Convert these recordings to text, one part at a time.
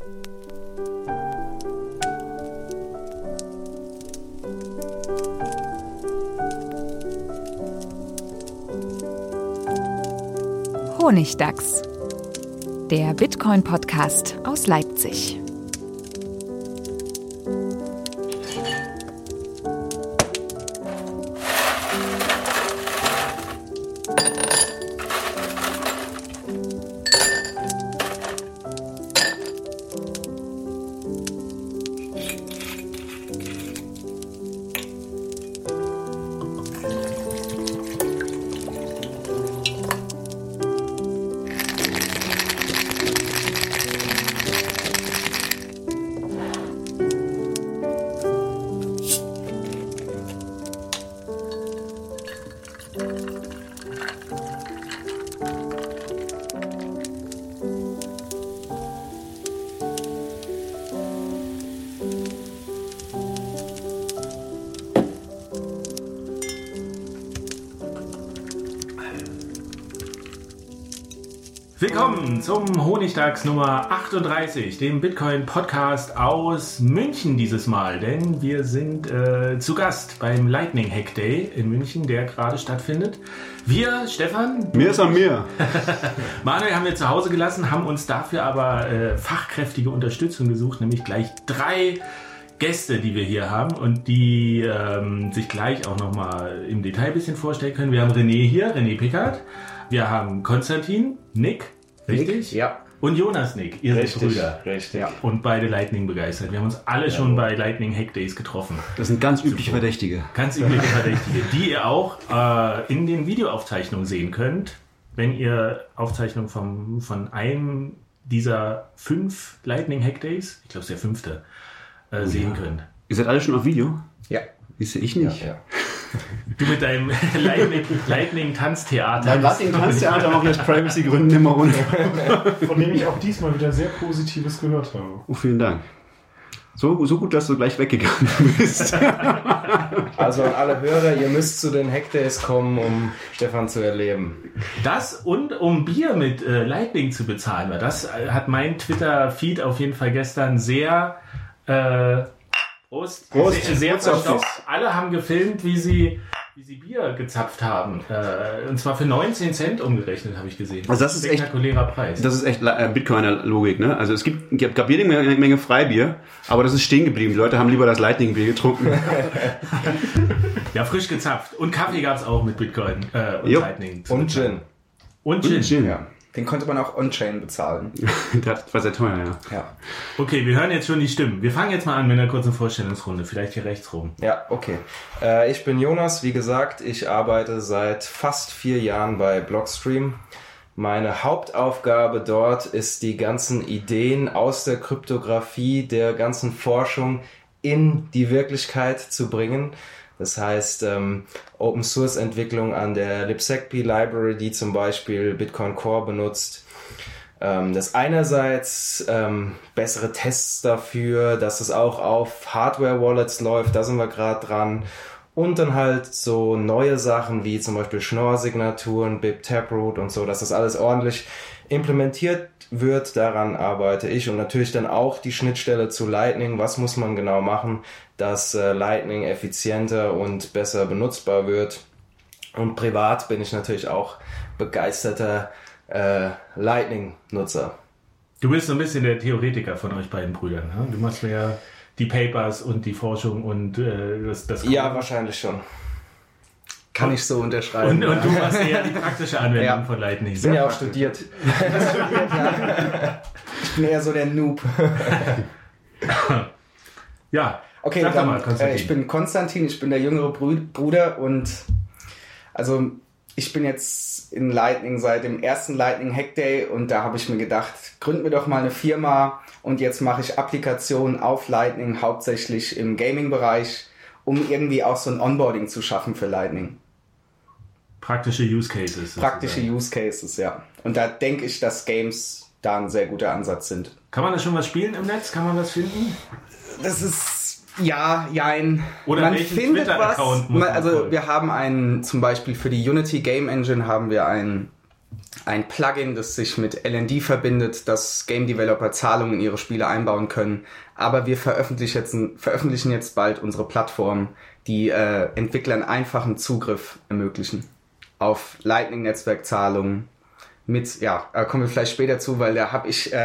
Honigdachs, der Bitcoin-Podcast aus Leipzig. Willkommen zum Honigdachs Nummer 38, dem Bitcoin-Podcast aus München dieses Mal, denn wir sind zu Gast beim Lightning Hack Day in München, der gerade stattfindet. Wir, Stefan, mir ist an mir. Manuel haben wir zu Hause gelassen, haben uns dafür aber fachkräftige Unterstützung gesucht, nämlich gleich 3 Gäste, die wir hier haben und die sich gleich auch nochmal im Detail ein bisschen vorstellen können. Wir haben René hier, René Pickard. Wir haben Konstantin, Nick, richtig? Nick, ja. Und Jonas Nick, ihr seid Brüder. Richtig. Ja. Und beide Lightning begeistert. Wir haben uns alle schon bei Lightning Hack Days getroffen. Das sind ganz übliche Verdächtige. Ganz übliche Verdächtige, die ihr auch in den Videoaufzeichnungen sehen könnt, wenn ihr Aufzeichnungen von einem dieser 5 Lightning Hack Days, ich glaube es ist der 5., sehen könnt. Ihr seid alle schon auf Video? Ja. Das sehe ich nicht. Ja. Du mit deinem Lightning-Tanztheater. Mein Lightning-Tanztheater mache ich aus Privacy-Gründen immer runter. Von dem ich auch diesmal wieder sehr Positives gehört habe. Oh, vielen Dank. So gut, dass du gleich weggegangen bist. Also an alle Hörer, ihr müsst zu den Hackdays kommen, um Stefan zu erleben. Das und um Bier mit Lightning zu bezahlen. Weil das hat mein Twitter-Feed auf jeden Fall gestern sehr... Prost. Sehr verstopft. Alle haben gefilmt, wie sie Bier gezapft haben. Und zwar für 19 Cent umgerechnet, habe ich gesehen. Also das ist echt spektakulärer Preis. Das ist echt Bitcoiner-Logik, ne? Also es gab jede Menge Freibier, aber das ist stehen geblieben. Die Leute haben lieber das Lightning-Bier getrunken. Ja, frisch gezapft. Und Kaffee gab es auch mit Bitcoin und Lightning. Und Gin. Und Gin, ja. Den konnte man auch on-chain bezahlen. Das war sehr teuer, ja. Okay, wir hören jetzt schon die Stimmen. Wir fangen jetzt mal an mit einer kurzen Vorstellungsrunde. Vielleicht hier rechts rum. Ja, okay. Ich bin Jonas, wie gesagt. Ich arbeite seit fast 4 Jahren bei Blockstream. Meine Hauptaufgabe dort ist, die ganzen Ideen aus der Kryptographie, der ganzen Forschung in die Wirklichkeit zu bringen. Das heißt, Open-Source-Entwicklung an der Lipsecpi-Library, die zum Beispiel Bitcoin Core benutzt. Das einerseits bessere Tests dafür, dass es auch auf Hardware-Wallets läuft, da sind wir gerade dran. Und dann halt so neue Sachen wie zum Beispiel Schnorr-Signaturen, BIP-Taproot und so, dass das alles ordentlich implementiert wird. Daran arbeite ich und natürlich dann auch die Schnittstelle zu Lightning. Was muss man genau machen, dass Lightning effizienter und besser benutzbar wird? Und privat bin ich natürlich auch begeisterter Lightning-Nutzer. Du bist so ein bisschen der Theoretiker von euch beiden Brüdern, ne? Du machst ja die Papers und die Forschung und das Ja, wahrscheinlich schon. Kann ich so unterschreiben. Und du machst eher die praktische Anwendung von Lightning. Ich bin ja auch studiert. Ich bin eher so der Noob. Ja, okay, sag dann, mal, Konstantin. Ich bin Konstantin, ich bin der jüngere Bruder und also ich bin jetzt in Lightning seit dem ersten Lightning Hack Day und da habe ich mir gedacht, gründen wir doch mal eine Firma und jetzt mache ich Applikationen auf Lightning, hauptsächlich im Gaming-Bereich, um irgendwie auch so ein Onboarding zu schaffen für Lightning. Praktische Use Cases. Praktische Use Cases, ja. Und da denke ich, dass Games da ein sehr guter Ansatz sind. Kann man da schon was spielen im Netz? Kann man was finden? Das ist, jein. Oder man welchen findet Twitter-Account was. muss man Also folgen? wir haben zum Beispiel für die Unity Game Engine haben wir ein ein Plugin, das sich mit LND verbindet, dass Game Developer Zahlungen in ihre Spiele einbauen können. Aber wir veröffentlichen jetzt bald unsere Plattform, die Entwicklern einfachen Zugriff ermöglichen auf Lightning-Netzwerkzahlungen. Kommen wir vielleicht später zu, weil da habe ich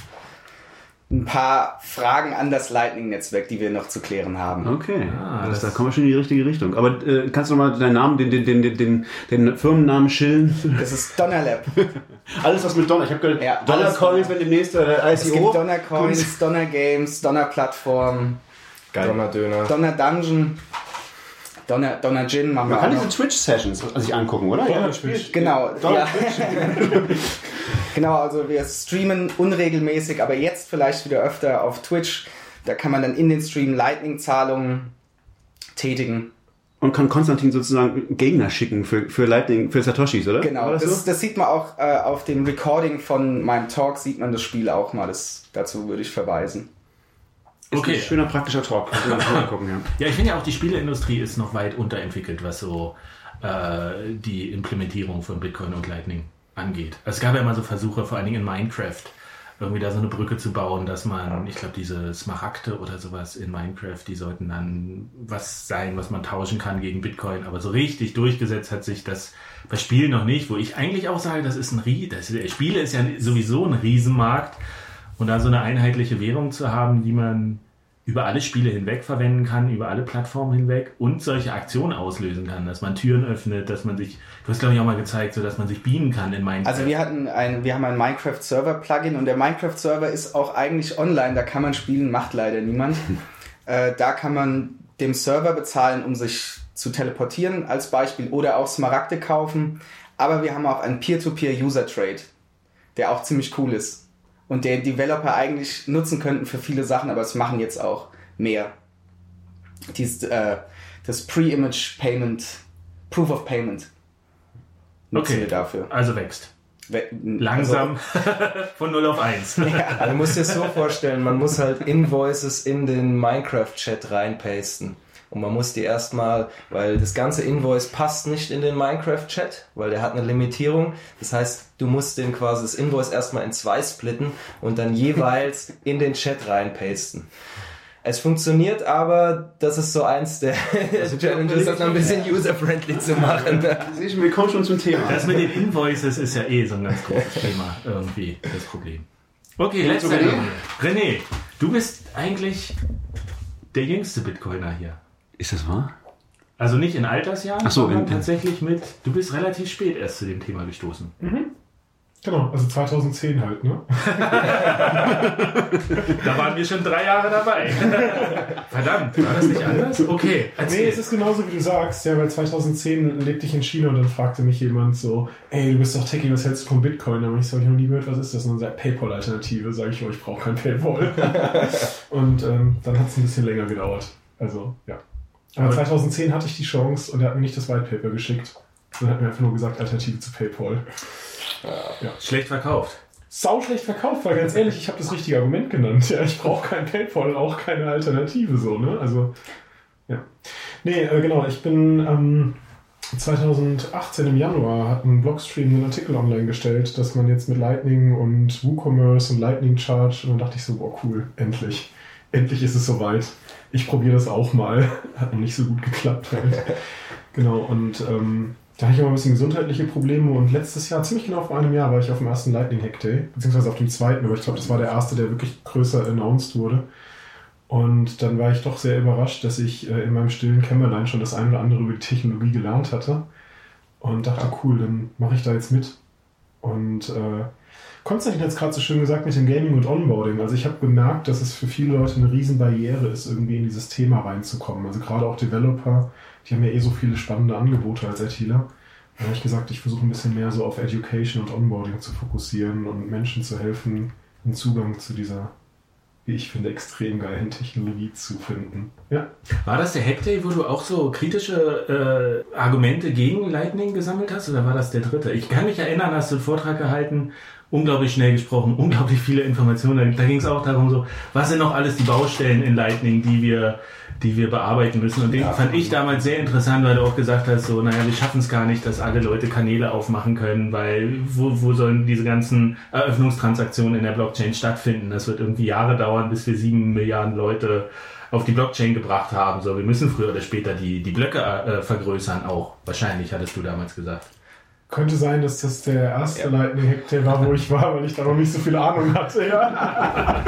ein paar Fragen an das Lightning-Netzwerk, die wir noch zu klären haben. Okay, da kommen wir schon in die richtige Richtung. Aber kannst du noch mal deinen Namen, den Firmennamen schildern? Das ist Donnerlab. Alles was mit Donner. Ich habe gehört, Donner Coins wird demnächst ICO. Es gibt Donner Coins, Donner Games, Donner Plattform, Donner Döner, Donner Dungeon, Donner Gin. Man kann diese Twitch-Sessions sich angucken, oder? Donner Twitch. Genau. Donner Twitch. Genau, also wir streamen unregelmäßig, aber jetzt vielleicht wieder öfter auf Twitch. Da kann man dann in den Stream Lightning-Zahlungen tätigen. Und kann Konstantin sozusagen Gegner schicken für Lightning, für Satoshis, oder? Genau, das sieht man auch auf dem Recording von meinem Talk, sieht man das Spiel auch mal. Dazu würde ich verweisen. Okay. Ein schöner praktischer Talk. Gucken, ja. Ja, ich finde ja auch, die Spieleindustrie ist noch weit unterentwickelt, was so die Implementierung von Bitcoin und Lightning angeht. Also es gab ja immer so Versuche, vor allen Dingen in Minecraft, irgendwie da so eine Brücke zu bauen, dass man, ich glaube, diese Smaragde oder sowas in Minecraft, die sollten dann was sein, was man tauschen kann gegen Bitcoin. Aber so richtig durchgesetzt hat sich das bei Spielen noch nicht, wo ich eigentlich auch sage, das ist Spiele ist ja sowieso ein Riesenmarkt. Und da so eine einheitliche Währung zu haben, die man über alle Spiele hinweg verwenden kann, über alle Plattformen hinweg und solche Aktionen auslösen kann, dass man Türen öffnet, dass man sich, du hast glaube ich auch mal gezeigt, so dass man sich beamen kann in Minecraft. Also wir haben ein Minecraft-Server-Plugin und der Minecraft-Server ist auch eigentlich online, da kann man spielen, macht leider niemand. Da kann man dem Server bezahlen, um sich zu teleportieren als Beispiel oder auch Smaragde kaufen, aber wir haben auch einen Peer-to-Peer-User-Trade, der auch ziemlich cool ist. Und der Developer eigentlich nutzen könnten für viele Sachen, aber es machen jetzt auch mehr. Das Pre-Image Payment, Proof of Payment nutzen wir dafür. Also wächst. Langsam von 0 auf 1. Ja. Du musst dir das so vorstellen, man muss halt Invoices in den Minecraft-Chat reinpasten. Und man muss die erstmal, weil das ganze Invoice passt nicht in den Minecraft-Chat, weil der hat eine Limitierung. Das heißt, du musst den quasi das Invoice erstmal in 2 splitten und dann jeweils in den Chat reinpasten. Es funktioniert, aber das ist so eins der Challenges, das noch ein bisschen user-friendly zu machen. Wir kommen schon zum Thema. Das mit den Invoices ist ja so ein ganz großes Thema irgendwie, das Problem. Okay, letzter René, du bist eigentlich der jüngste Bitcoiner hier. Ist das wahr? Also nicht in Altersjahren, so, sondern tatsächlich du bist relativ spät erst zu dem Thema gestoßen. Mhm. Genau, also 2010 halt, ne? Da waren wir schon 3 Jahre dabei. Verdammt, war das nicht anders? Okay, erzähl. Nee, es ist genauso wie du sagst, ja, weil 2010 lebte ich in China und dann fragte mich jemand so, ey, du bist doch Techie, was hältst du von Bitcoin? Da habe ich so, ich noch nie gehört, was ist das? Und dann sagt Paypal-Alternative, sage ich, ich brauche kein Paypal. Und dann hat es ein bisschen länger gedauert. Also, ja. Aber 2010 hatte ich die Chance und er hat mir nicht das White Paper geschickt. Und er hat mir einfach nur gesagt, Alternative zu Paypal. Ja. Schlecht verkauft. Sau schlecht verkauft, weil ganz ehrlich, ich habe das richtige Argument genannt. Ja, ich brauche kein Paypal, auch keine Alternative, so, ne? Also, ja. Nee, genau, ich bin 2018 im Januar hat ein Blogstream einen Artikel online gestellt, dass man jetzt mit Lightning und WooCommerce und Lightning Charge, und dann dachte ich so, boah, cool, endlich. Endlich ist es soweit. Ich probiere das auch mal. Hat noch nicht so gut geklappt halt. Genau, und da hatte ich immer ein bisschen gesundheitliche Probleme und letztes Jahr, ziemlich genau vor einem Jahr, war ich auf dem ersten Lightning Hack Day, beziehungsweise auf dem zweiten, aber ich glaube, das war der erste, der wirklich größer announced wurde. Und dann war ich doch sehr überrascht, dass ich in meinem stillen Kämmerlein schon das eine oder andere über die Technologie gelernt hatte und dachte, cool, dann mache ich da jetzt mit. Und Konstantin hat es gerade so schön gesagt mit dem Gaming und Onboarding. Also ich habe gemerkt, dass es für viele Leute eine Riesenbarriere ist, irgendwie in dieses Thema reinzukommen. Also gerade auch Developer, die haben ja so viele spannende Angebote als ITler. Da habe ich gesagt, ich versuche ein bisschen mehr so auf Education und Onboarding zu fokussieren und Menschen zu helfen, einen Zugang zu dieser, wie ich finde, extrem geilen Technologie zu finden. Ja. War das der Hackday, wo du auch so kritische Argumente gegen Lightning gesammelt hast, oder war das der dritte? Ich kann mich erinnern, hast du einen Vortrag gehalten, unglaublich schnell gesprochen, unglaublich viele Informationen. Da ging es auch darum, so, was sind noch alles die Baustellen in Lightning, die wir die wir bearbeiten müssen. Und den fand ich damals sehr interessant, weil du auch gesagt hast, so, naja, wir schaffen es gar nicht, dass alle Leute Kanäle aufmachen können, weil wo sollen diese ganzen Eröffnungstransaktionen in der Blockchain stattfinden? Das wird irgendwie Jahre dauern, bis wir 7 Milliarden Leute auf die Blockchain gebracht haben. So, wir müssen früher oder später die Blöcke vergrößern auch. Wahrscheinlich, hattest du damals gesagt. Könnte sein, dass das der erste Lightning-Hack der war, wo ich war, weil ich da noch nicht so viel Ahnung hatte. Ja.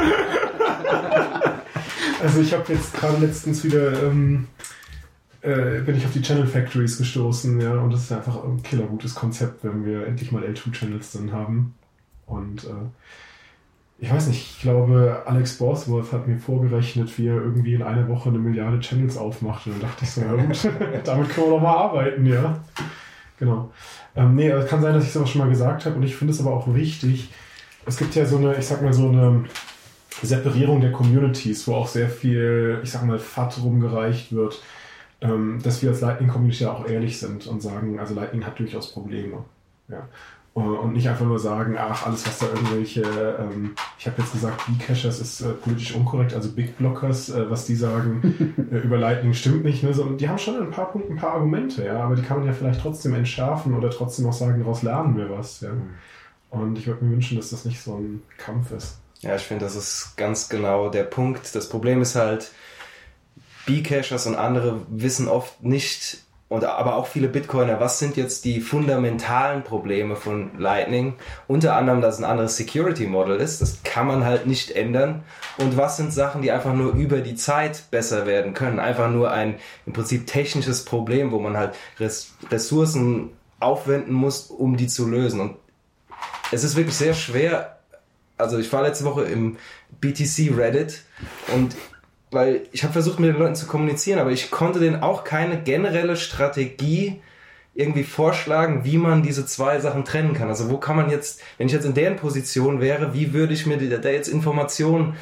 Also ich habe jetzt gerade letztens wieder bin ich auf die Channel Factories gestoßen, ja, und das ist einfach ein killergutes Konzept, wenn wir endlich mal L2-Channels dann haben. Und ich weiß nicht, ich glaube, Alex Borsworth hat mir vorgerechnet, wie er irgendwie in einer Woche 1 Milliarde Channels aufmacht. Und dann dachte ich so, ja gut, damit können wir doch mal arbeiten, ja. Genau. Nee, es kann sein, dass ich sowas schon mal gesagt habe und ich finde es aber auch wichtig. Es gibt ja so eine, ich sag mal, so eine Separierung der Communities, wo auch sehr viel, ich sag mal, FAT rumgereicht wird, dass wir als Lightning-Community auch ehrlich sind und sagen, also Lightning hat durchaus Probleme. Ja. Und nicht einfach nur sagen, ach, alles, was da irgendwelche, ich habe jetzt gesagt, B-Cachers ist politisch unkorrekt, also Big Blockers, was die sagen über Lightning stimmt nicht. Ne? So, die haben schon in ein paar Punkten ein paar Argumente, ja, aber die kann man ja vielleicht trotzdem entschärfen oder trotzdem auch sagen, daraus lernen wir was. Ja? Und ich würde mir wünschen, dass das nicht so ein Kampf ist. Ja, ich finde, das ist ganz genau der Punkt. Das Problem ist halt, B-Cachers und andere wissen oft nicht, aber auch viele Bitcoiner, was sind jetzt die fundamentalen Probleme von Lightning? Unter anderem, dass es ein anderes Security-Model ist, das kann man halt nicht ändern. Und was sind Sachen, die einfach nur über die Zeit besser werden können? Einfach nur ein im Prinzip technisches Problem, wo man halt Ressourcen aufwenden muss, um die zu lösen. Und es ist wirklich sehr schwer. Also ich war letzte Woche im BTC Reddit und weil ich habe versucht, mit den Leuten zu kommunizieren, aber ich konnte denen auch keine generelle Strategie irgendwie vorschlagen, wie man diese zwei Sachen trennen kann. Also wo kann man jetzt, wenn ich jetzt in deren Position wäre, wie würde ich mir da jetzt Informationen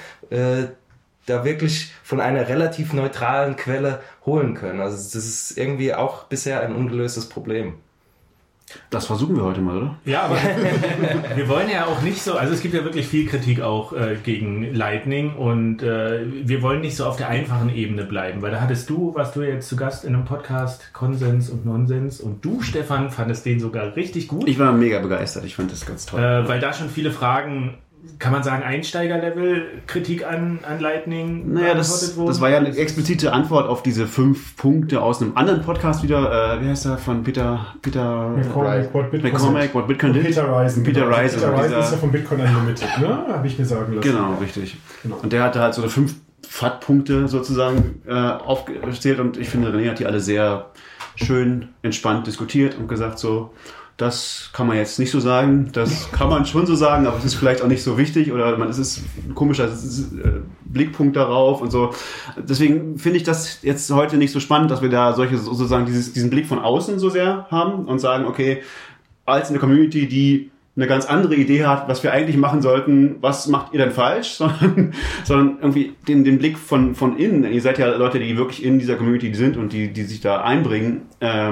da wirklich von einer relativ neutralen Quelle holen können? Also das ist irgendwie auch bisher ein ungelöstes Problem. Das versuchen wir heute mal, oder? Ja, aber wir wollen ja auch nicht so, also es gibt ja wirklich viel Kritik auch gegen Lightning und wir wollen nicht so auf der einfachen Ebene bleiben, weil da warst du jetzt zu Gast in einem Podcast Konsens und Nonsens und du, Stefan, fandest den sogar richtig gut. Ich war mega begeistert, ich fand das ganz toll. Weil da schon viele Fragen, kann man sagen, Einsteiger-Level Kritik an Lightning beantwortet wurden? Das war ja eine explizite Antwort auf diese 5 Punkte aus einem anderen Podcast wieder. Wie heißt der? Von Peter McCormack, What Bitcoin did. Peter Risen. Peter Risen ist ja von Bitcoin Unlimited, ne? Habe ich mir sagen lassen. Genau, richtig. Genau. Und der hatte halt so 5 FAT-Punkte sozusagen aufgezählt und ich finde, René hat die alle sehr schön entspannt diskutiert und gesagt so, das kann man jetzt nicht so sagen, das kann man schon so sagen, aber es ist vielleicht auch nicht so wichtig oder es ist ein komischer Blickpunkt darauf und so. Deswegen finde ich das jetzt heute nicht so spannend, dass wir da solche sozusagen diesen Blick von außen so sehr haben und sagen, okay, als eine Community, die eine ganz andere Idee hat, was wir eigentlich machen sollten, was macht ihr denn falsch, sondern irgendwie den Blick von innen. Ihr seid ja Leute, die wirklich in dieser Community sind und die sich da einbringen,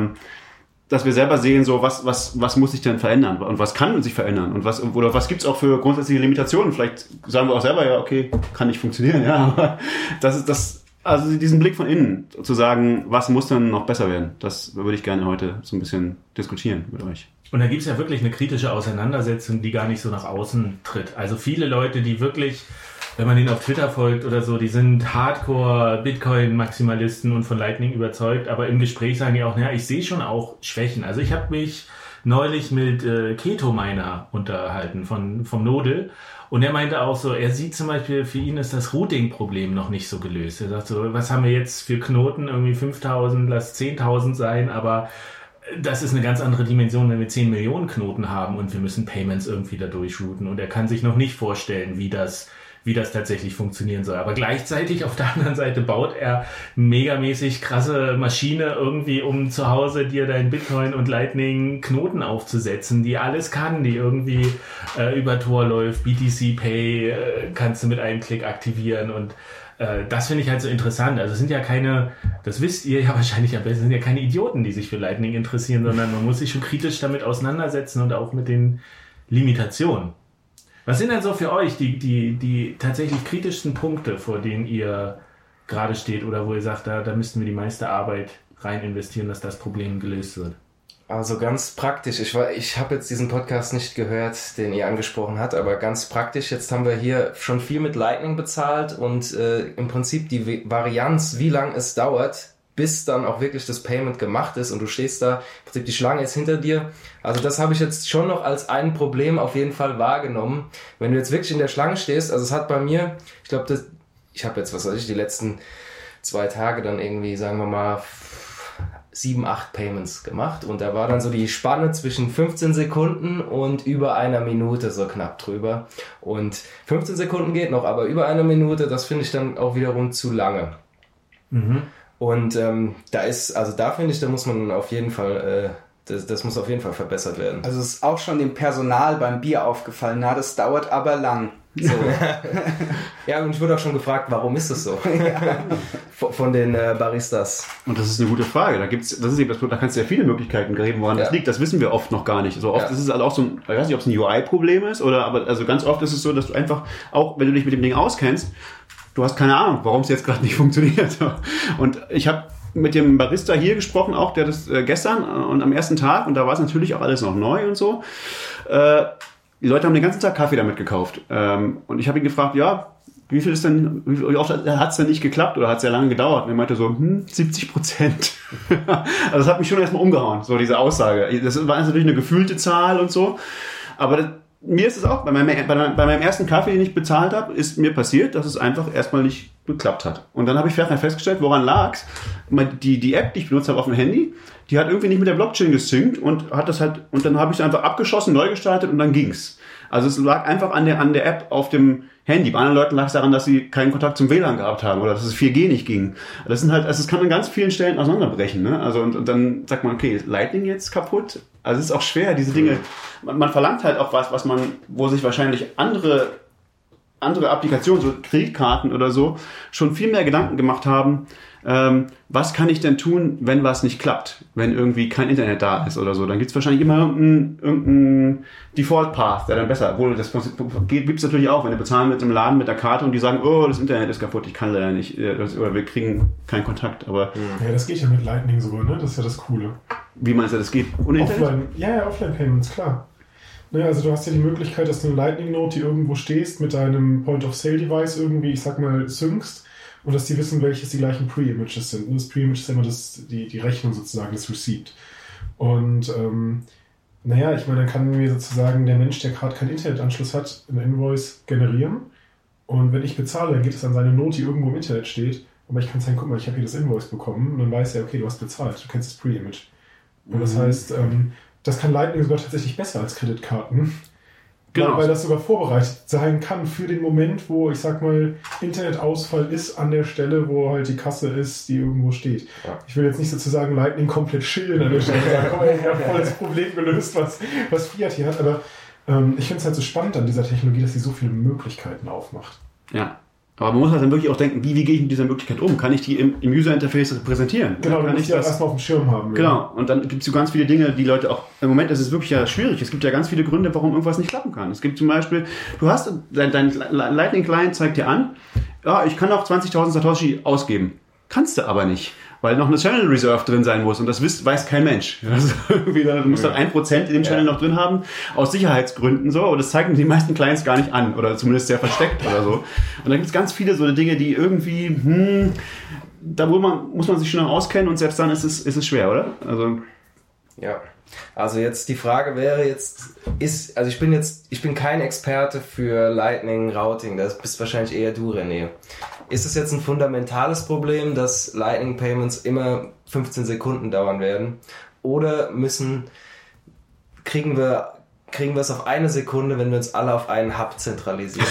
dass wir selber sehen, so was muss sich denn verändern und was kann sich verändern und was gibt's auch für grundsätzliche Limitationen. Vielleicht sagen wir auch selber, ja, okay, kann nicht funktionieren, ja, aber das ist das, also diesen Blick von innen zu sagen, was muss denn noch besser werden, das würde ich gerne heute so ein bisschen diskutieren mit euch. Und da gibt's ja wirklich eine kritische Auseinandersetzung, die gar nicht so nach außen tritt. Also viele Leute, die wirklich, wenn man denen auf Twitter folgt oder so, die sind Hardcore-Bitcoin-Maximalisten und von Lightning überzeugt, aber im Gespräch sagen die auch, naja, ich sehe schon auch Schwächen. Also ich habe mich neulich mit Keto-Miner unterhalten vom Nodel und er meinte auch so, er sieht zum Beispiel, für ihn ist das Routing-Problem noch nicht so gelöst. Er sagt so, was haben wir jetzt für Knoten, irgendwie 5.000, lass 10.000 sein, aber das ist eine ganz andere Dimension, wenn wir 10 Millionen Knoten haben und wir müssen Payments irgendwie da durchrouten und er kann sich noch nicht vorstellen, wie das tatsächlich funktionieren soll. Aber gleichzeitig auf der anderen Seite baut er megamäßig krasse Maschine irgendwie, um zu Hause dir dein Bitcoin und Lightning Knoten aufzusetzen, die alles kann, die irgendwie über Tor läuft, BTC Pay kannst du mit einem Klick aktivieren und das finde ich halt so interessant. Also es sind ja keine, das wisst ihr ja wahrscheinlich am besten, sind ja keine Idioten, die sich für Lightning interessieren, sondern man muss sich schon kritisch damit auseinandersetzen und auch mit den Limitationen. Was sind denn so für euch die tatsächlich kritischsten Punkte, vor denen ihr gerade steht oder wo ihr sagt, da müssten wir die meiste Arbeit rein investieren, dass das Problem gelöst wird? Also ganz praktisch, ich habe jetzt diesen Podcast nicht gehört, den ihr angesprochen habt, aber ganz praktisch, jetzt haben wir hier schon viel mit Lightning bezahlt und im Prinzip die Varianz, wie lang es dauert, bis dann auch wirklich das Payment gemacht ist und du stehst da, im Prinzip die Schlange ist hinter dir. Also das habe ich jetzt schon noch als ein Problem auf jeden Fall wahrgenommen. Wenn du jetzt wirklich in der Schlange stehst, also es hat bei mir, ich habe jetzt, die letzten 2 Tage dann irgendwie, sagen wir mal, 7, 8 Payments gemacht und da war dann so die Spanne zwischen 15 Sekunden und über 1 Minute so knapp drüber und 15 Sekunden geht noch, aber über 1 Minute, das finde ich dann auch wiederum zu lange. Und da finde ich, da muss man auf jeden Fall, das muss auf jeden Fall verbessert werden. Also es ist auch schon dem Personal beim Bier aufgefallen, das dauert aber lang. So. Ja, und ich wurde auch schon gefragt, warum ist das so? Von den Baristas. Und das ist eine gute Frage. Da kannst du ja viele Möglichkeiten geben, woran das liegt. Das wissen wir oft noch gar nicht. So oft ist es halt auch so ein, ich weiß nicht, ob es ein UI-Problem ist aber ganz oft ist es so, dass du einfach, auch wenn du dich mit dem Ding auskennst, du hast keine Ahnung, warum es jetzt gerade nicht funktioniert. Und ich habe mit dem Barista hier gesprochen, auch der das gestern und am ersten Tag, und da war es natürlich auch alles noch neu und so. Die Leute haben den ganzen Tag Kaffee damit gekauft. Und ich habe ihn gefragt, ja, wie oft hat es denn nicht geklappt oder hat es sehr lange gedauert? Und er meinte so, 70%. Also das hat mich schon erstmal umgehauen, so diese Aussage. Das war natürlich eine gefühlte Zahl und so. Aber mir ist es auch, bei meinem ersten Kaffee, den ich bezahlt habe, ist mir passiert, dass es einfach erstmal nicht geklappt hat. Und dann habe ich festgestellt, woran lag's? Die App, die ich benutzt habe auf dem Handy, die hat irgendwie nicht mit der Blockchain gesynkt und dann habe ich es einfach abgeschossen, neu gestartet und dann ging's. Also es lag einfach an der App auf dem Handy. Bei anderen Leuten lag es daran, dass sie keinen Kontakt zum WLAN gehabt haben oder dass es 4G nicht ging. Das sind halt, es kann an ganz vielen Stellen auseinanderbrechen, ne? Also und dann sagt man, okay, ist Lightning jetzt kaputt? Also es ist auch schwer, diese Dinge. Man verlangt halt auch wo sich wahrscheinlich andere Applikationen, so Kreditkarten oder so, schon viel mehr Gedanken gemacht haben, was kann ich denn tun, wenn was nicht klappt, wenn irgendwie kein Internet da ist oder so. Dann gibt es wahrscheinlich immer irgendeinen Default-Path, der dann besser, obwohl das gibt es natürlich auch, wenn wir bezahlen mit dem Laden mit der Karte und die sagen, oh, das Internet ist kaputt, ich kann leider nicht, oder wir kriegen keinen Kontakt, aber... Ja, das geht ja mit Lightning sogar, ne? Das ist ja das Coole. Wie meinst du, das geht ohne Internet? Ja, Offline-Payments, klar. Naja, also du hast ja die Möglichkeit, dass du eine Lightning-Node, die irgendwo stehst, mit deinem Point-of-Sale-Device irgendwie, ich sag mal, syncst und dass die wissen, welches die gleichen Pre-Images sind. Und das Pre-Image ist immer die Rechnung sozusagen, das Receipt. Und naja, ich meine, dann kann mir sozusagen der Mensch, der gerade keinen Internetanschluss hat, einen Invoice generieren. Und wenn ich bezahle, dann geht es an seine Node, die irgendwo im Internet steht. Aber ich kann sagen, guck mal, ich habe hier das Invoice bekommen. Und dann weiß er, okay, du hast bezahlt, du kennst das Pre-Image. Und das heißt, das kann Lightning sogar tatsächlich besser als Kreditkarten. Genau. Weil das sogar vorbereitet sein kann für den Moment, wo, ich sag mal, Internetausfall ist an der Stelle, wo halt die Kasse ist, die irgendwo steht. Ja. Ich will jetzt nicht sozusagen Lightning komplett schilden an der Stelle und sagen, oh, ich habe voll das Problem gelöst, was Fiat hier hat. Aber ich finde es halt so spannend an dieser Technologie, dass sie so viele Möglichkeiten aufmacht. Ja. Aber man muss halt dann wirklich auch denken, wie gehe ich mit dieser Möglichkeit um? Kann ich die im User-Interface präsentieren? Genau, kann ich das erstmal auf dem Schirm haben. Genau, ja. Und dann gibt es so ganz viele Dinge, die Leute auch, im Moment ist es wirklich ja schwierig. Es gibt ja ganz viele Gründe, warum irgendwas nicht klappen kann. Es gibt zum Beispiel, du hast, dein Lightning-Client zeigt dir an, ja, ich kann auch 20.000 Satoshi ausgeben. Kannst du aber nicht, weil noch eine Channel Reserve drin sein muss und das weiß kein Mensch. Also du musst dann 1% in dem Channel noch drin haben, aus Sicherheitsgründen so, und das zeigen die meisten Clients gar nicht an oder zumindest sehr versteckt oder so. Und da gibt es ganz viele so Dinge, die irgendwie, muss man sich schon noch auskennen und selbst dann ist es schwer, oder? Also ja. Also jetzt die Frage wäre ich bin kein Experte für Lightning Routing, das bist wahrscheinlich eher du, René. Ist es jetzt ein fundamentales Problem, dass Lightning Payments immer 15 Sekunden dauern werden? Oder kriegen wir es auf 1 Sekunde, wenn wir uns alle auf einen Hub zentralisieren?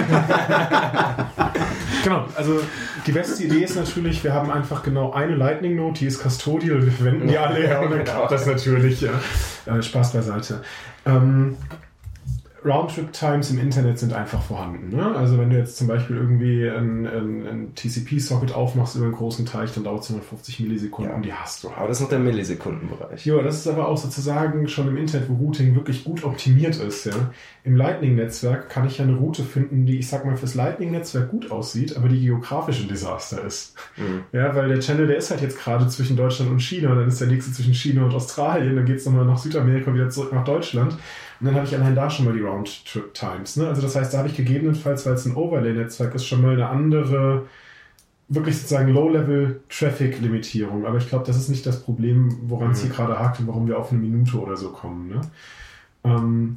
Genau, also die beste Idee ist natürlich, wir haben einfach genau eine Lightning-Node, die ist custodial, wir verwenden die alle, ja, und dann klappt das natürlich. Ja. Spaß beiseite. Roundtrip-Times im Internet sind einfach vorhanden. Ne? Also wenn du jetzt zum Beispiel irgendwie ein TCP-Socket aufmachst über einen großen Teich, dann dauert es 150 Millisekunden, die hast du halt. Aber das ist noch der Millisekundenbereich. Ja, das ist aber auch sozusagen schon im Internet, wo Routing wirklich gut optimiert ist. Ja? Im Lightning-Netzwerk kann ich ja eine Route finden, die, ich sag mal, fürs Lightning-Netzwerk gut aussieht, aber die geografisch ein Desaster ist. Ja, weil der Channel, der ist halt jetzt gerade zwischen Deutschland und China, dann ist der nächste zwischen China und Australien, dann geht es nochmal nach Südamerika und wieder zurück nach Deutschland. Und dann habe ich allein da schon mal die Roundtrip-Times. Ne? Also das heißt, da habe ich gegebenenfalls, weil es ein Overlay-Netzwerk ist, schon mal eine andere, wirklich sozusagen Low-Level-Traffic-Limitierung. Aber ich glaube, das ist nicht das Problem, woran es hier gerade hakt und warum wir auf eine Minute oder so kommen. Ne?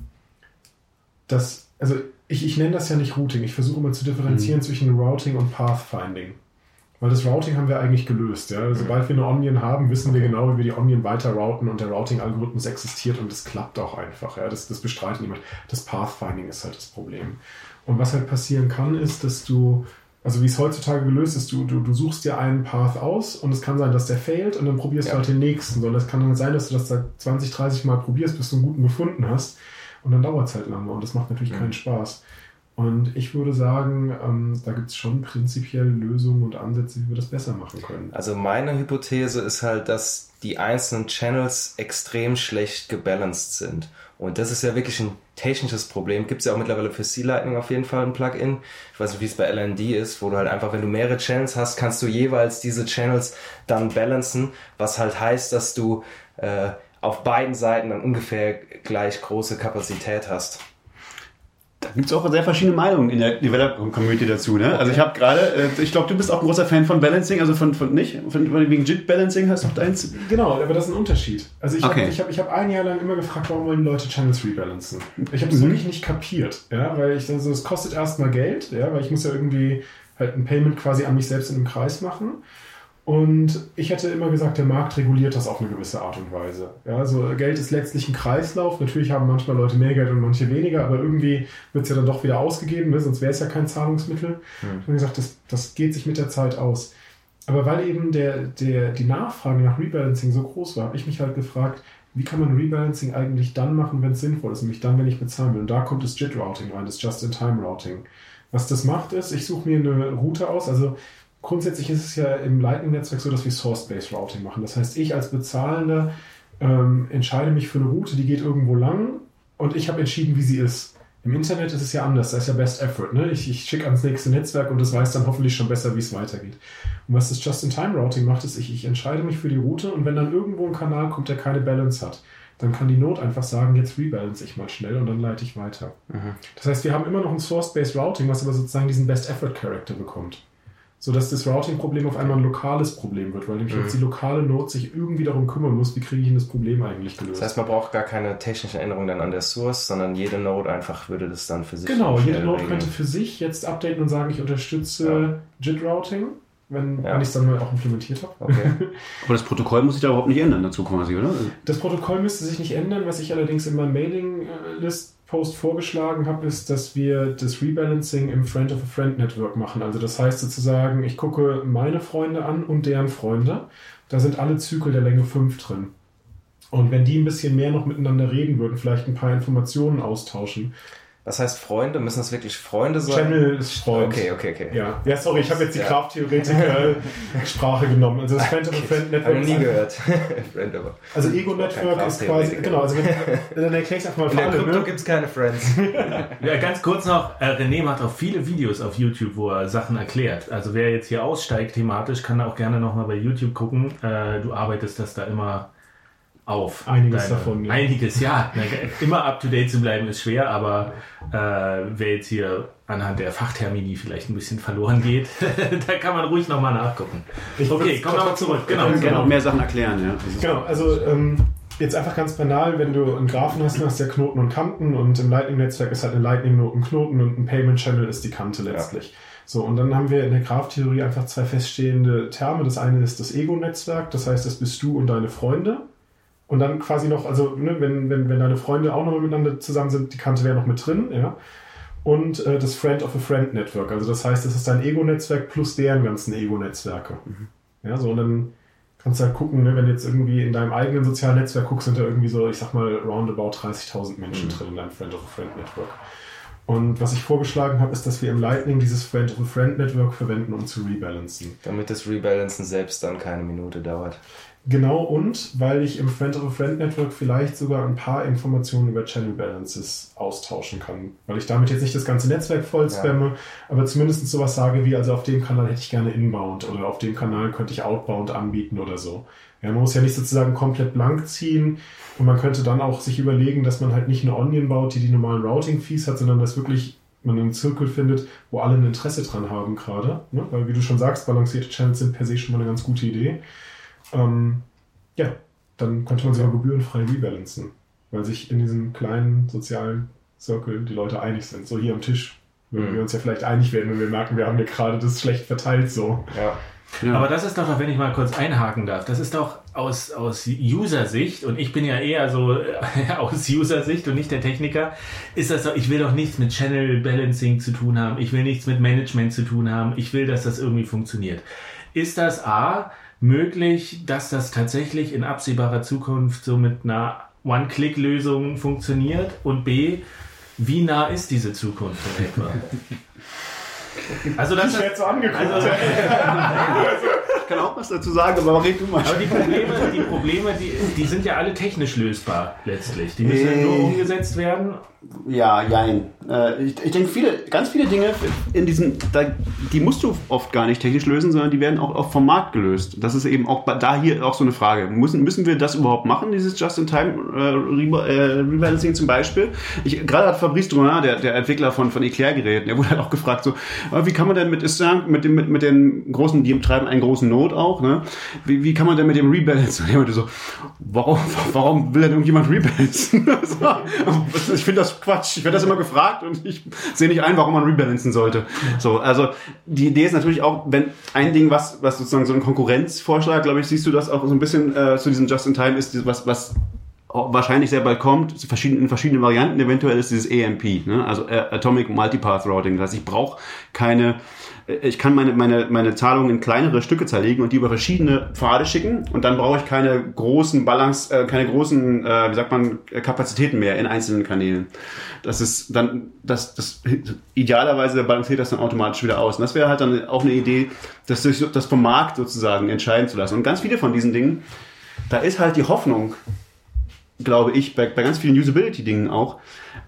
Also ich nenne das ja nicht Routing. Ich versuche immer zu differenzieren zwischen Routing und Pathfinding. Weil das Routing haben wir eigentlich gelöst. Ja? Sobald wir eine Onion haben, wissen wir genau, wie wir die Onion weiter routen und der Routing-Algorithmus existiert und das klappt auch einfach. Ja? Das bestreitet niemand. Das Pathfinding ist halt das Problem. Und was halt passieren kann, ist, dass du, also wie es heutzutage gelöst ist, du suchst dir einen Path aus und es kann sein, dass der failt und dann probierst du halt den nächsten. Und es kann dann sein, dass du das da 20, 30 Mal probierst, bis du einen guten gefunden hast. Und dann dauert es halt lange und das macht natürlich keinen Spaß. Und ich würde sagen, da gibt es schon prinzipiell Lösungen und Ansätze, wie wir das besser machen können. Also meine Hypothese ist halt, dass die einzelnen Channels extrem schlecht gebalanced sind. Und das ist ja wirklich ein technisches Problem. Gibt es ja auch mittlerweile für C-Lightning auf jeden Fall ein Plugin. Ich weiß nicht, wie es bei LND ist, wo du halt einfach, wenn du mehrere Channels hast, kannst du jeweils diese Channels dann balancen, was halt heißt, dass du auf beiden Seiten dann ungefähr gleich große Kapazität hast. Da gibt es auch sehr verschiedene Meinungen in der Developer-Community dazu. Ne? Okay. Also ich habe gerade, ich glaube, du bist auch ein großer Fan von Balancing, also von wegen JIT-Balancing hast du auch deins? Genau, aber das ist ein Unterschied. Also ich hab ein Jahr lang immer gefragt, warum wollen Leute Channels rebalancen? Ich habe das wirklich nicht kapiert, ja, weil es kostet erstmal Geld, ja, weil ich muss ja irgendwie halt ein Payment quasi an mich selbst in einem Kreis machen. Und ich hätte immer gesagt, der Markt reguliert das auf eine gewisse Art und Weise. Ja, also Geld ist letztlich ein Kreislauf. Natürlich haben manchmal Leute mehr Geld und manche weniger, aber irgendwie wird es ja dann doch wieder ausgegeben, ne? Sonst wäre es ja kein Zahlungsmittel. Ich habe gesagt, das geht sich mit der Zeit aus. Aber weil eben die Nachfrage nach Rebalancing so groß war, habe ich mich halt gefragt, wie kann man Rebalancing eigentlich dann machen, wenn es sinnvoll ist, nämlich dann, wenn ich bezahlen will. Und da kommt das JIT-Routing rein, das Just-in-Time-Routing. Was das macht ist, ich suche mir eine Route aus, also grundsätzlich ist es ja im Lightning-Netzwerk so, dass wir Source-Based Routing machen. Das heißt, ich als Bezahlender entscheide mich für eine Route, die geht irgendwo lang und ich habe entschieden, wie sie ist. Im Internet ist es ja anders, da ist ja Best Effort. Ne? Ich schicke ans nächste Netzwerk und das weiß dann hoffentlich schon besser, wie es weitergeht. Und was das Just-in-Time-Routing macht, ist, ich entscheide mich für die Route und wenn dann irgendwo ein Kanal kommt, der keine Balance hat, dann kann die Node einfach sagen, jetzt rebalance ich mal schnell und dann leite ich weiter. Das heißt, wir haben immer noch ein Source-Based Routing, was aber sozusagen diesen Best Effort-Charakter bekommt. Sodass das Routing-Problem auf einmal ein lokales Problem wird, weil nämlich jetzt die lokale Node sich irgendwie darum kümmern muss, wie kriege ich denn das Problem eigentlich gelöst. Das heißt, man braucht gar keine technische Änderung dann an der Source, sondern jede Node einfach würde das dann für sich Genau, jede Node könnte für sich jetzt updaten und sagen, ich unterstütze JIT-Routing, wenn ich es dann mal auch implementiert habe. Okay. Aber das Protokoll muss sich da überhaupt nicht ändern dazu quasi, oder? Das Protokoll müsste sich nicht ändern. Was ich allerdings in meinem Mailing-List-Post vorgeschlagen habe, ist, dass wir das Rebalancing im Friend-of-a-Friend-Network machen. Also das heißt sozusagen, ich gucke meine Freunde an und deren Freunde. Da sind alle Zyklen der Länge 5 drin. Und wenn die ein bisschen mehr noch miteinander reden würden, vielleicht ein paar Informationen austauschen. Was heißt Freunde? Müssen das wirklich Freunde sein? Channel ist Freund. Okay. Ja, sorry, ich habe jetzt die Krafttheoretiker-Sprache genommen. Also das Friend-of-a-Friend-Network. Habe ich nie gehört. Also Ego-Network ist quasi, genau, also dann erkläre ich es einfach mal. In der Krypto gibt es keine Friends. Ja, ganz kurz noch, René macht auch viele Videos auf YouTube, wo er Sachen erklärt. Also wer jetzt hier aussteigt thematisch, kann da auch gerne nochmal bei YouTube gucken. Du arbeitest das da immer auf. Einiges davon. Ja. Einiges, ja. Immer up-to-date zu bleiben ist schwer, aber wer jetzt hier anhand der Fachtermini vielleicht ein bisschen verloren geht, da kann man ruhig nochmal nachgucken. Okay, kommen wir mal zurück. Genau. Ich kann auch mehr Sachen erklären. Ja. Genau, also jetzt einfach ganz banal, wenn du einen Graphen hast, dann hast du ja Knoten und Kanten und im Lightning-Netzwerk ist halt eine Lightning-Node ein Knoten und ein Payment-Channel ist die Kante letztlich. Ja. So, und dann haben wir in der Graph-Theorie einfach zwei feststehende Terme. Das eine ist das Ego-Netzwerk, das heißt, das bist du und deine Freunde. Und dann quasi noch, also ne, wenn deine Freunde auch noch miteinander zusammen sind, die Kante wäre noch mit drin, ja. Und das Friend-of-a-Friend-Network, also das heißt, das ist dein Ego-Netzwerk plus deren ganzen Ego-Netzwerke. Ja, so, und dann Kannst halt gucken, ne, wenn du jetzt irgendwie in deinem eigenen sozialen Netzwerk guckst, sind da irgendwie so, ich sag mal, roundabout 30.000 Menschen drin in deinem Friend-of-a-Friend-Network. Und was ich vorgeschlagen habe, ist, dass wir im Lightning dieses Friend-of-a-Friend-Network verwenden, um zu rebalancen. Damit das Rebalancen selbst dann keine Minute dauert. Genau, und weil ich im Friend-of-a-Friend-Network vielleicht sogar ein paar Informationen über Channel Balances austauschen kann. Weil ich damit jetzt nicht das ganze Netzwerk voll spamme, aber zumindest sowas sage wie, also auf dem Kanal hätte ich gerne Inbound oder auf dem Kanal könnte ich Outbound anbieten oder so. Ja, man muss ja nicht sozusagen komplett blank ziehen und man könnte dann auch sich überlegen, dass man halt nicht eine Onion baut, die normalen Routing-Fees hat, sondern dass wirklich man einen Zirkel findet, wo alle ein Interesse dran haben gerade. Ne? Weil wie du schon sagst, balancierte Channels sind per se schon mal eine ganz gute Idee. Ja, dann könnte man sogar gebührenfrei rebalancen, weil sich in diesem kleinen sozialen Circle die Leute einig sind. So hier am Tisch würden wir uns ja vielleicht einig werden, wenn wir merken, wir haben hier gerade das schlecht verteilt so. Ja. Aber das ist doch, wenn ich mal kurz einhaken darf, das ist doch aus User-Sicht, und ich bin ja eher so aus User-Sicht und nicht der Techniker, ist das doch, ich will doch nichts mit Channel Balancing zu tun haben, ich will nichts mit Management zu tun haben, ich will, dass das irgendwie funktioniert. Ist das möglich, dass das tatsächlich in absehbarer Zukunft so mit einer One-Click-Lösung funktioniert? Und B, wie nah ist diese Zukunft in etwa? Also das ich werde so angeguckt. Ich kann auch was dazu sagen, aber red du mal. Aber die Probleme, die sind ja alle technisch lösbar letztlich. Die müssen nur umgesetzt werden. Ja, jein. Ich denke, ganz viele Dinge in diesen, die musst du oft gar nicht technisch lösen, sondern die werden auch oft vom Markt gelöst. Das ist eben auch da hier auch so eine Frage. Müssen wir das überhaupt machen, dieses Just-in-Time-Rebalancing zum Beispiel? Gerade hat Fabrice Drouin, der Entwickler von Eclair-Geräten, der wurde halt auch gefragt, so, wie kann man denn mit den großen, die treiben einen großen Node auch, ne? Wie kann man denn mit dem rebalancen? Und jemand so, warum will denn irgendjemand rebalancen? Ich finde das Quatsch. Ich werde das immer gefragt und ich sehe nicht ein, warum man rebalancen sollte. So, also die Idee ist natürlich auch, wenn ein Ding, was sozusagen so ein Konkurrenzvorschlag, glaube ich, siehst du das auch so ein bisschen zu diesem Just-in-Time ist, was wahrscheinlich sehr bald kommt, in verschiedenen Varianten, eventuell ist dieses AMP, ne? Also Atomic Multipath Routing. Das heißt, ich kann meine Zahlungen in kleinere Stücke zerlegen und die über verschiedene Pfade schicken und dann brauche ich keine großen Kapazitäten mehr in einzelnen Kanälen. Das ist dann, das idealerweise balanciert das dann automatisch wieder aus. Und das wäre halt dann auch eine Idee, das vom Markt sozusagen entscheiden zu lassen. Und ganz viele von diesen Dingen, da ist halt die Hoffnung, glaube ich, bei ganz vielen Usability-Dingen auch,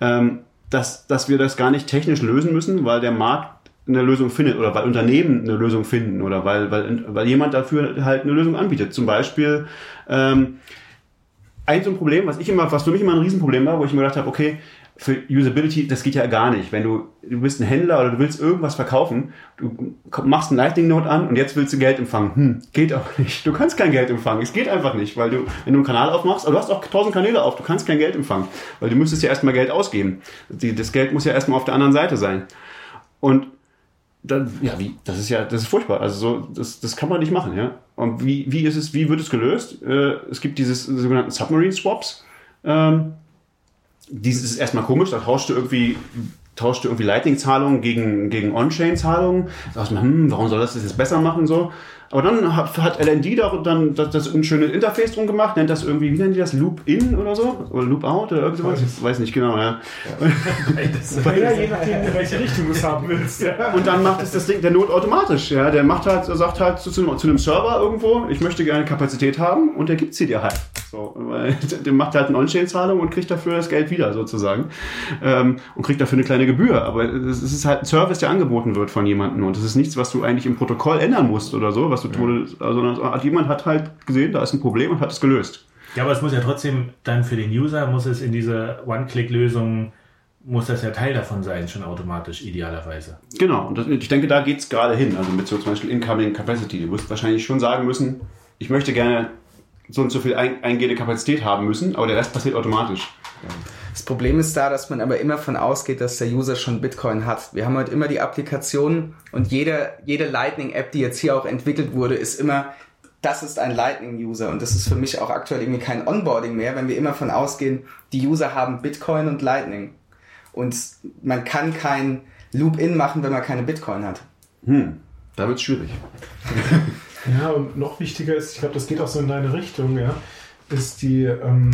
dass wir das gar nicht technisch lösen müssen, weil der Markt eine Lösung findet oder weil Unternehmen eine Lösung finden oder weil jemand dafür halt eine Lösung anbietet. Zum Beispiel ein so ein Problem, was für mich immer ein Riesenproblem war, wo ich mir gedacht habe, okay, für Usability, das geht ja gar nicht. Wenn du bist ein Händler oder du willst irgendwas verkaufen, du machst einen Lightning-Node an und jetzt willst du Geld empfangen. Geht auch nicht. Du kannst kein Geld empfangen. Es geht einfach nicht, weil wenn du einen Kanal aufmachst, aber du hast auch 1000 Kanäle auf, du kannst kein Geld empfangen, weil du müsstest ja erstmal Geld ausgeben. Das Geld muss ja erstmal auf der anderen Seite sein. Und dann, das ist furchtbar. Also das kann man nicht machen, ja. Und wie wird es gelöst? Es gibt diese sogenannten Submarine Swaps. Dieses ist erstmal komisch, da tauscht du irgendwie Lightning-Zahlungen gegen On-Chain-Zahlungen. Da sagst du, warum soll das jetzt besser machen, so? Aber dann hat LND dann das ein schönes Interface drum gemacht, nennt das irgendwie, wie nennen die das? Loop-In oder so? Oder Loop-Out oder irgendwas? Ich weiß nicht genau, ja. Ja, je nachdem, in welche Richtung du es haben willst. Ja. Und dann macht es das Ding, der Node automatisch, ja. Der sagt halt zu einem Server irgendwo, ich möchte gerne Kapazität haben und der gibt sie dir halt. So, weil der macht halt eine On-Chain-Zahlung und kriegt dafür das Geld wieder sozusagen. Und kriegt dafür eine kleine Gebühr. Aber es ist halt ein Service, der angeboten wird von jemandem. Und das ist nichts, was du eigentlich im Protokoll ändern musst oder so, sondern jemand hat halt gesehen, da ist ein Problem und hat es gelöst. Ja, aber es muss ja trotzdem dann für den User, muss es in dieser One-Click-Lösung, muss das ja Teil davon sein, schon automatisch, idealerweise. Genau, und ich denke, da geht es gerade hin. Also mit so zum Beispiel Incoming Capacity. Du wirst wahrscheinlich schon sagen müssen, ich möchte gerne so und so viel eingehende Kapazität haben müssen, aber der Rest passiert automatisch. Das Problem ist da, dass man aber immer von ausgeht, dass der User schon Bitcoin hat. Wir haben heute immer die Applikationen und jede Lightning-App, die jetzt hier auch entwickelt wurde, ist immer, das ist ein Lightning-User und das ist für mich auch aktuell irgendwie kein Onboarding mehr, wenn wir immer von ausgehen, die User haben Bitcoin und Lightning. Und man kann kein Loop-In machen, wenn man keine Bitcoin hat. Da wird's schwierig. Ja, und noch wichtiger ist, ich glaube, das geht auch so in deine Richtung, ja, ist die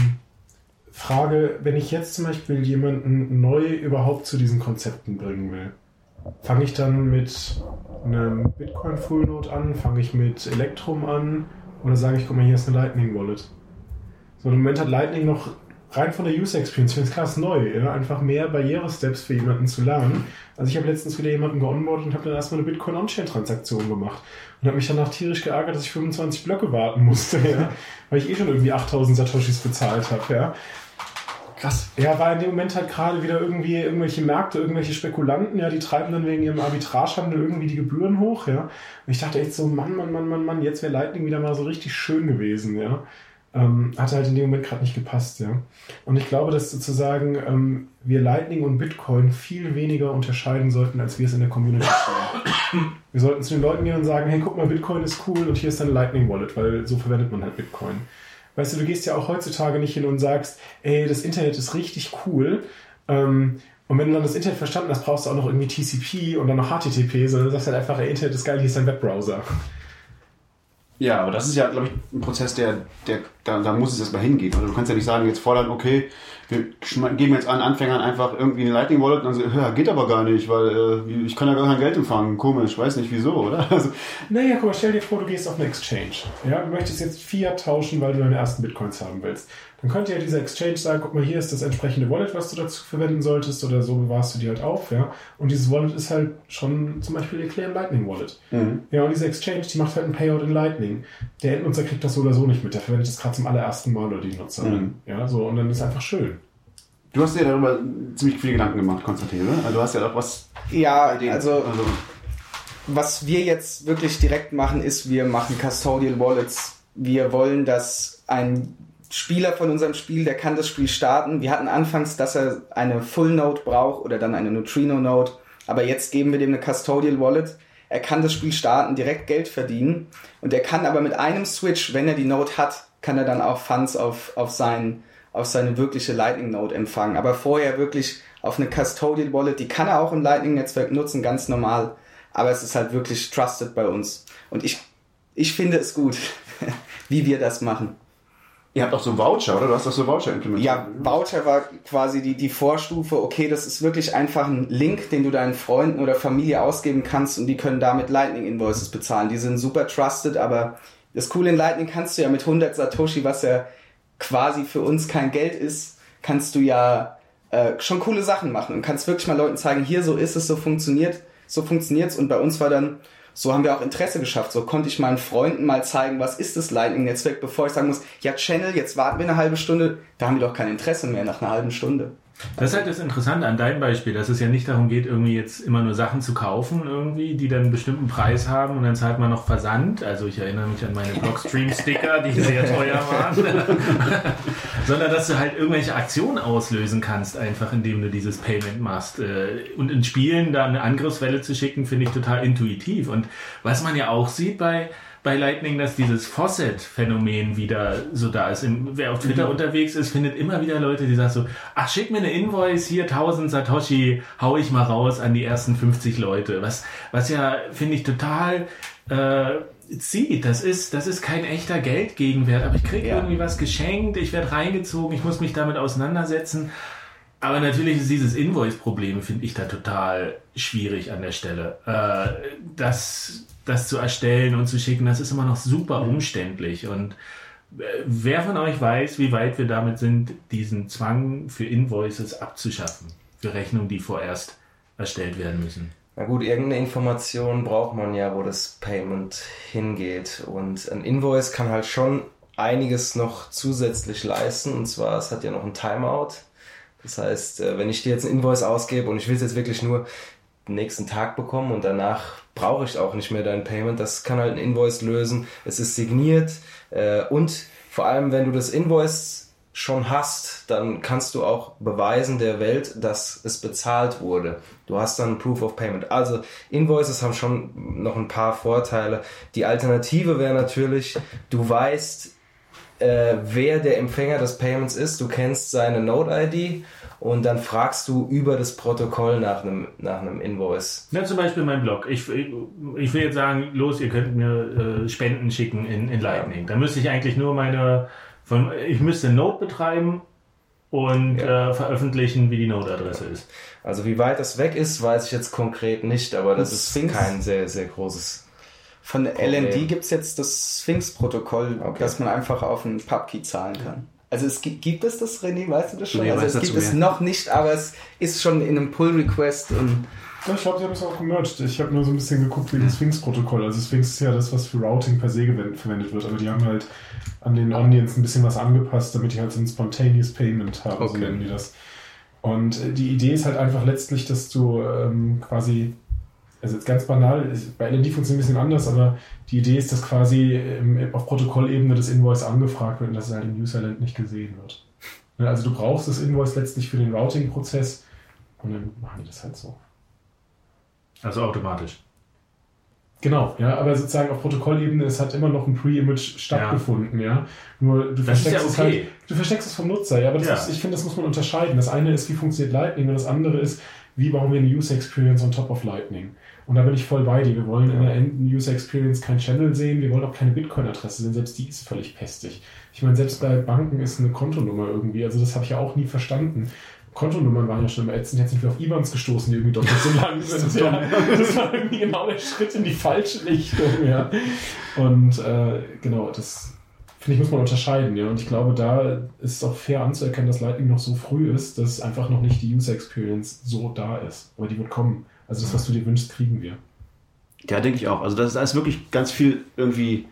Frage, wenn ich jetzt zum Beispiel jemanden neu überhaupt zu diesen Konzepten bringen will, fange ich dann mit einem Bitcoin Full Node an, fange ich mit Electrum an oder sage ich, guck mal, hier ist eine Lightning Wallet. So, im Moment hat Lightning noch rein von der User Experience, ich finde es krass neu, ja? Einfach mehr Barriere-Steps für jemanden zu lernen. Also ich habe letztens wieder jemanden geonboardet und habe dann erstmal eine Bitcoin On-Chain-Transaktion gemacht und habe mich danach tierisch geärgert, dass ich 25 Blöcke warten musste, ja? Weil ich schon irgendwie 8000 Satoshis bezahlt habe. Ja? Krass. Ja, war in dem Moment halt gerade wieder irgendwie irgendwelche Märkte, irgendwelche Spekulanten, ja, die treiben dann wegen ihrem Arbitragehandel irgendwie die Gebühren hoch. Ja? Und ich dachte echt so, Mann, jetzt wäre Lightning wieder mal so richtig schön gewesen. Ja? Hat halt in dem Moment gerade nicht gepasst, ja. Und ich glaube, dass sozusagen wir Lightning und Bitcoin viel weniger unterscheiden sollten, als wir es in der Community tun. Wir sollten zu den Leuten gehen und sagen, hey, guck mal, Bitcoin ist cool und hier ist deine Lightning Wallet, weil so verwendet man halt Bitcoin. Weißt du, du gehst ja auch heutzutage nicht hin und sagst, ey, das Internet ist richtig cool, und wenn du dann das Internet verstanden hast, brauchst du auch noch irgendwie TCP und dann noch HTTP, sondern du sagst halt einfach, ey, Internet ist geil, hier ist dein Webbrowser. Ja, aber das ist ja, glaube ich, ein Prozess, da muss es erstmal hingehen. Also du kannst ja nicht sagen, jetzt fordern, okay, wir geben jetzt an Anfängern einfach irgendwie eine Lightning Wallet und dann so, ja, geht aber gar nicht, weil ich kann ja gar kein Geld empfangen. Komisch, weiß nicht wieso, oder? Also, naja, guck mal, stell dir vor, du gehst auf eine Exchange. Ja, du möchtest jetzt Fiat tauschen, weil du deine ersten Bitcoins haben willst. Dann könnte ja dieser Exchange sagen, guck mal, hier ist das entsprechende Wallet, was du dazu verwenden solltest, oder so bewahrst du die halt auf, ja. Und dieses Wallet ist halt schon zum Beispiel Eclair Lightning Wallet. Mhm. Ja, und diese Exchange, die macht halt einen Payout in Lightning. Der Endnutzer kriegt das so oder so nicht mit, der verwendet das gerade zum allerersten Mal, oder die Nutzer. Mhm. Ja, so, und dann ist es einfach schön. Du hast dir darüber ziemlich viele Gedanken gemacht, Konstantin, oder? Also du hast ja auch was... Ja, also was wir jetzt wirklich direkt machen, ist, wir machen Custodial Wallets. Wir wollen, dass ein Spieler von unserem Spiel, der kann das Spiel starten. Wir hatten anfangs, dass er eine Full Node braucht oder dann eine Neutrino Node, aber jetzt geben wir dem eine Custodial Wallet. Er kann das Spiel starten, direkt Geld verdienen und er kann aber mit einem Switch, wenn er die Node hat, kann er dann auch Funds auf seine wirkliche Lightning Node empfangen. Aber vorher wirklich auf eine Custodial Wallet, die kann er auch im Lightning Netzwerk nutzen, ganz normal, aber es ist halt wirklich trusted bei uns. Und ich finde es gut, wie wir das machen. Ihr habt auch so Voucher, oder? Du hast doch so Voucher implementiert. Ja, Voucher war quasi die Vorstufe. Okay, das ist wirklich einfach ein Link, den du deinen Freunden oder Familie ausgeben kannst und die können damit Lightning Invoices bezahlen. Die sind super trusted, aber das Coole in Lightning kannst du ja mit 100 Satoshi, was ja quasi für uns kein Geld ist, kannst du ja schon coole Sachen machen und kannst wirklich mal Leuten zeigen, hier, so ist es, so funktioniert's. Und bei uns war dann, so haben wir auch Interesse geschafft. So konnte ich meinen Freunden mal zeigen, was ist das Lightning-Netzwerk, bevor ich sagen muss, ja, Channel, jetzt warten wir eine halbe Stunde. Da haben die doch kein Interesse mehr nach einer halben Stunde. Das ist halt das Interessante an deinem Beispiel, dass es ja nicht darum geht, irgendwie jetzt immer nur Sachen zu kaufen, irgendwie, die dann einen bestimmten Preis haben und dann zahlt man noch Versand. Also ich erinnere mich an meine Blockstream-Sticker, die sehr teuer waren. Sondern dass du halt irgendwelche Aktionen auslösen kannst, einfach indem du dieses Payment machst. Und in Spielen da eine Angriffswelle zu schicken, finde ich total intuitiv. Und was man ja auch sieht bei Lightning, dass dieses Faucet-Phänomen wieder so da ist. Wer auf Twitter unterwegs ist, findet immer wieder Leute, die sagen so, ach, schick mir eine Invoice, hier 1000 Satoshi, hau ich mal raus an die ersten 50 Leute. Was ja, finde ich, total zieht. Das ist kein echter Geldgegenwert, aber ich kriege irgendwie was geschenkt, ich werde reingezogen, ich muss mich damit auseinandersetzen. Aber natürlich ist dieses Invoice-Problem, finde ich, da total schwierig an der Stelle. Das zu erstellen und zu schicken, das ist immer noch super umständlich. Und wer von euch weiß, wie weit wir damit sind, diesen Zwang für Invoices abzuschaffen, für Rechnungen, die vorerst erstellt werden müssen? Na gut, irgendeine Information braucht man ja, wo das Payment hingeht. Und ein Invoice kann halt schon einiges noch zusätzlich leisten. Und zwar, es hat ja noch ein Timeout. Das heißt, wenn ich dir jetzt ein Invoice ausgebe und ich will es jetzt wirklich nur den nächsten Tag bekommen und danach brauche ich auch nicht mehr dein Payment, das kann halt ein Invoice lösen. Es ist signiert und vor allem, wenn du das Invoice schon hast, dann kannst du auch beweisen der Welt, dass es bezahlt wurde. Du hast dann Proof of Payment. Also Invoices haben schon noch ein paar Vorteile. Die Alternative wäre natürlich, du weißt, wer der Empfänger des Payments ist. Du kennst seine Node-ID und dann fragst du über das Protokoll nach einem Invoice. Ja, zum Beispiel mein Blog. Ich will jetzt sagen, los, ihr könnt mir Spenden schicken in Lightning. Da müsste ich eigentlich nur ich müsste Node betreiben und veröffentlichen, wie die Node-Adresse ist. Also wie weit das weg ist, weiß ich jetzt konkret nicht, aber das ist kein sehr, sehr großes Von der LND gibt es jetzt das Sphinx-Protokoll, dass man einfach auf einen Pubkey zahlen kann. Also gibt es das, René? Weißt du das schon? Nee, also es gibt es noch nicht, aber es ist schon in einem Pull-Request. Und ich glaube, sie haben es auch gemerged. Ich habe nur so ein bisschen geguckt wegen des Sphinx-Protokoll. Also Sphinx ist ja das, was für Routing per se verwendet wird, aber die haben halt an den Onions ein bisschen was angepasst, damit die halt so ein Spontaneous Payment haben, so nennen die das. Und die Idee ist halt einfach letztlich, dass du quasi, also jetzt ganz banal, bei LND funktioniert es ein bisschen anders, aber die Idee ist, dass quasi auf Protokollebene das Invoice angefragt wird und dass es halt im Userland nicht gesehen wird. Also du brauchst das Invoice letztlich für den Routing-Prozess und dann machen die das halt so. Also automatisch. Genau, ja, aber sozusagen auf Protokollebene, es hat immer noch ein Pre-Image stattgefunden, ja. Nur du versteckst es halt, du versteckst es vom Nutzer, ja, aber ich finde, das muss man unterscheiden. Das eine ist, wie funktioniert Lightning und das andere ist, wie bauen wir eine User Experience on top of Lightning. Und da bin ich voll bei dir. Wir wollen in der User Experience kein Channel sehen, wir wollen auch keine Bitcoin-Adresse sehen, selbst die ist völlig pestig. Ich meine, selbst bei Banken ist eine Kontonummer irgendwie, also das habe ich ja auch nie verstanden. Kontonummern waren ja schon immer ätzend, jetzt sind wir auf IBANs gestoßen, die irgendwie doppelt so lang sind. Das war irgendwie genau der Schritt in die falsche Richtung, ja. Und genau, das finde ich, muss man unterscheiden, ja. Und ich glaube, da ist es auch fair anzuerkennen, dass Lightning noch so früh ist, dass einfach noch nicht die User Experience so da ist. Aber die wird kommen. Also das, was du dir wünschst, kriegen wir. Ja, denke ich auch. Also das ist wirklich ganz viel irgendwie,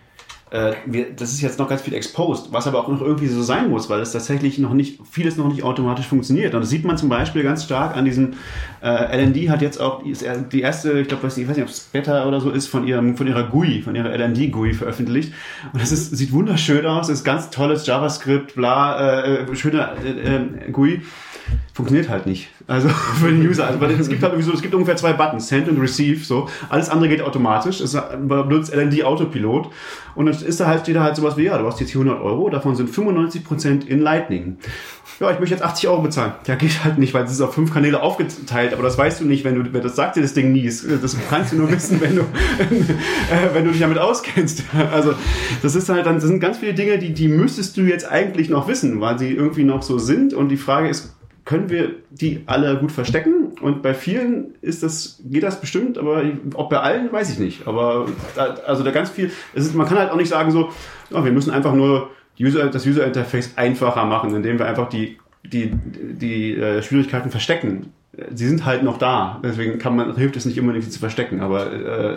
das ist jetzt noch ganz viel exposed, was aber auch noch irgendwie so sein muss, weil es tatsächlich vieles noch nicht automatisch funktioniert. Und das sieht man zum Beispiel ganz stark an diesem, LND hat jetzt auch die erste, ich weiß nicht, ob es Beta oder so ist, von ihrer GUI, von ihrer LND-GUI veröffentlicht. Und das sieht wunderschön aus, das ist ganz tolles JavaScript, schöne GUI. Funktioniert halt nicht. Also für den User. Also, es gibt halt es gibt ungefähr 2 Buttons, Send und Receive, so. Alles andere geht automatisch. Es benutzt LND Autopilot. Und dann steht da halt sowas wie, ja, du hast jetzt hier 100 €, davon sind 95% in Lightning. Ja, ich möchte jetzt 80 € bezahlen. Ja, geht halt nicht, weil es ist auf 5 Kanäle aufgeteilt, aber das weißt du nicht, das sagt dir das Ding nie. Das kannst du nur wissen, wenn du dich damit auskennst. Also, das sind ganz viele Dinge, die müsstest du jetzt eigentlich noch wissen, weil sie irgendwie noch so sind. Und die Frage ist, können wir die alle gut verstecken? Und bei vielen geht das bestimmt, aber ob bei allen, weiß ich nicht. Aber da ganz viel, man kann halt auch nicht sagen so, wir müssen einfach nur das User-Interface einfacher machen, indem wir einfach die Schwierigkeiten verstecken. Sie sind halt noch da, deswegen hilft es nicht immer, sie zu verstecken. Aber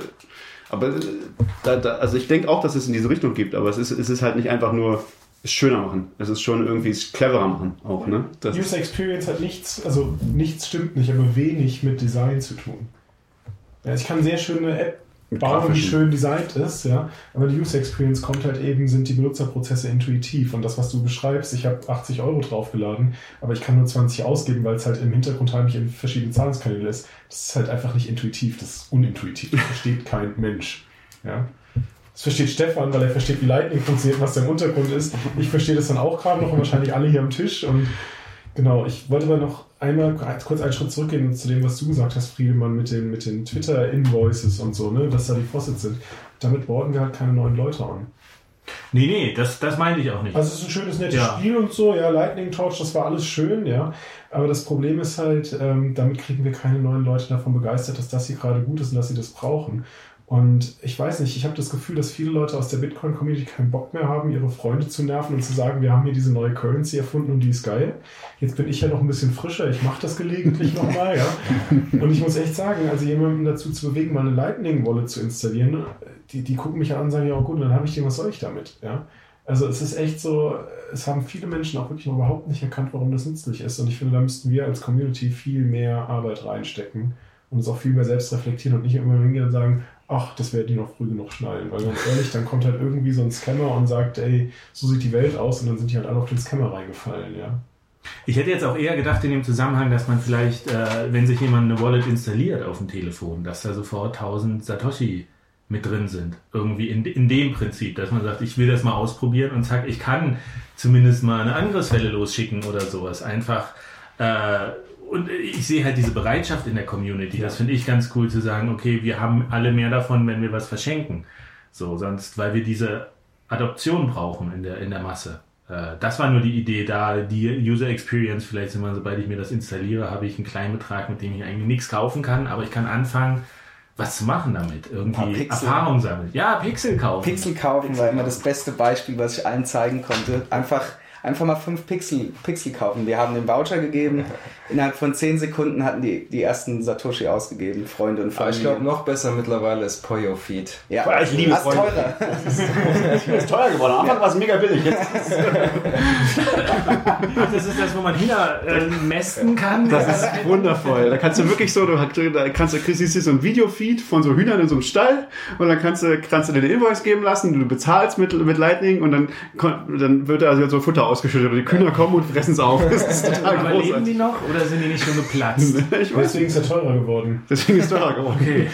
ich denke auch, dass es in diese Richtung gibt, aber es ist halt nicht einfach nur schöner machen. Es ist schon irgendwie cleverer machen auch, ne? User Experience hat nichts stimmt nicht, aber wenig mit Design zu tun. Ja, ich kann sehr schöne App bauen, die schön designt ist, ja, aber die User Experience kommt halt eben, sind die Benutzerprozesse intuitiv und das, was du beschreibst, ich habe 80 € draufgeladen, aber ich kann nur 20 ausgeben, weil es halt im Hintergrund heimlich in verschiedenen Zahlungskanälen ist. Das ist halt einfach nicht intuitiv, das ist unintuitiv, das versteht kein Mensch, ja. Das versteht Stefan, weil er versteht, wie Lightning funktioniert, was da im Untergrund ist. Ich verstehe das dann auch gerade noch und wahrscheinlich alle hier am Tisch. Und genau, ich wollte aber noch einmal kurz einen Schritt zurückgehen zu dem, was du gesagt hast, Friedemann, mit den Twitter-Invoices und so, ne, dass da die Faucets sind. Damit boarden wir halt keine neuen Leute an. Nee, das meinte ich auch nicht. Also es ist ein schönes, nettes Spiel und so, ja, Lightning Torch, das war alles schön, ja. Aber das Problem ist halt, damit kriegen wir keine neuen Leute davon begeistert, dass das hier gerade gut ist und dass sie das brauchen. Und ich weiß nicht, ich habe das Gefühl, dass viele Leute aus der Bitcoin-Community keinen Bock mehr haben, ihre Freunde zu nerven und zu sagen, wir haben hier diese neue Currency erfunden und die ist geil. Jetzt bin ich ja noch ein bisschen frischer, ich mache das gelegentlich nochmal, ja. Und ich muss echt sagen, also jemanden dazu zu bewegen, mal eine Lightning-Wallet zu installieren, die gucken mich an und sagen, ja gut, dann habe ich den, was soll ich damit, ja. Also es ist echt so, es haben viele Menschen auch wirklich noch überhaupt nicht erkannt, warum das nützlich ist. Und ich finde, da müssten wir als Community viel mehr Arbeit reinstecken und uns auch viel mehr selbst reflektieren und nicht immer hingehen und sagen, ach, das werden die noch früh genug schnallen. Weil ganz ehrlich, dann kommt halt irgendwie so ein Scammer und sagt, ey, so sieht die Welt aus und dann sind die halt alle auf den Scammer reingefallen, ja. Ich hätte jetzt auch eher gedacht in dem Zusammenhang, dass man vielleicht, wenn sich jemand eine Wallet installiert auf dem Telefon, dass da sofort 1000 Satoshi mit drin sind. Irgendwie in dem Prinzip, dass man sagt, ich will das mal ausprobieren und zack, ich kann zumindest mal eine Angriffswelle losschicken oder sowas. Einfach, und ich sehe halt diese Bereitschaft in der Community. Das finde ich ganz cool zu sagen, okay, wir haben alle mehr davon, wenn wir was verschenken. So, sonst, weil wir diese Adoption brauchen in der Masse. Das war nur die Idee da, die User Experience, vielleicht sind wir, sobald ich mir das installiere, habe ich einen kleinen Betrag, mit dem ich eigentlich nichts kaufen kann, aber ich kann anfangen, was zu machen damit. Irgendwie Erfahrung sammeln. Ja, Pixel kaufen. Pixel kaufen war immer das beste Beispiel, was ich allen zeigen konnte. Einfach mal 5 Pixel kaufen. Wir haben den Voucher gegeben. Innerhalb von 10 Sekunden hatten die ersten Satoshi ausgegeben, Freunde und Familie. Aber ich glaube, noch besser mittlerweile ist Poyo Feed. Ja, ich liebe es. Teurer. Das ist teuer geworden. Am Anfang war es mega billig. Ach, das ist das, wo man hier mästen kann? Das ist wundervoll. Da kannst du wirklich so, kriegst du so ein Videofeed von so Hühnern in so einem Stall und dann kannst du dir den Invoice geben lassen, du bezahlst mit Lightning und dann wird da so Futter ausgeschüttet und die Kühner kommen und fressen es auf. Das ist total großartig. Leben die noch oder sind die nicht schon geplatzt? Deswegen ist er teurer geworden. Deswegen ist er teurer geworden. Okay.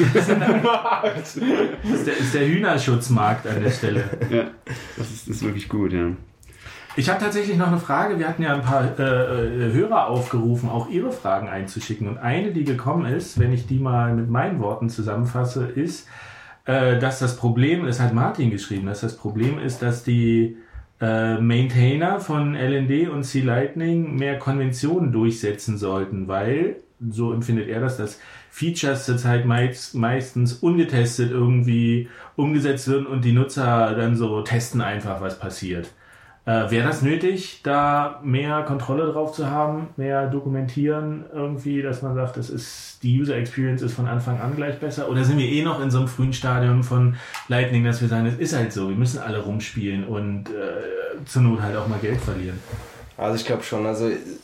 Das ist der Hühnerschutzmarkt an der Stelle. Ja, das ist wirklich gut, ja. Ich habe tatsächlich noch eine Frage. Wir hatten ja ein paar Hörer aufgerufen, auch ihre Fragen einzuschicken. Und eine, die gekommen ist, wenn ich die mal mit meinen Worten zusammenfasse, ist, dass das Problem, es hat Martin geschrieben, dass das Problem ist, dass die Maintainer von LND und C-Lightning mehr Konventionen durchsetzen sollten, weil, so empfindet er das, dass Features zurzeit meistens ungetestet irgendwie umgesetzt werden und die Nutzer dann so testen einfach, was passiert. Wäre das nötig, da mehr Kontrolle drauf zu haben, mehr dokumentieren irgendwie, dass man sagt, die User Experience ist von Anfang an gleich besser? Oder sind wir noch in so einem frühen Stadium von Lightning, dass wir sagen, es ist halt so, wir müssen alle rumspielen und zur Not halt auch mal Geld verlieren? Also ich glaube schon,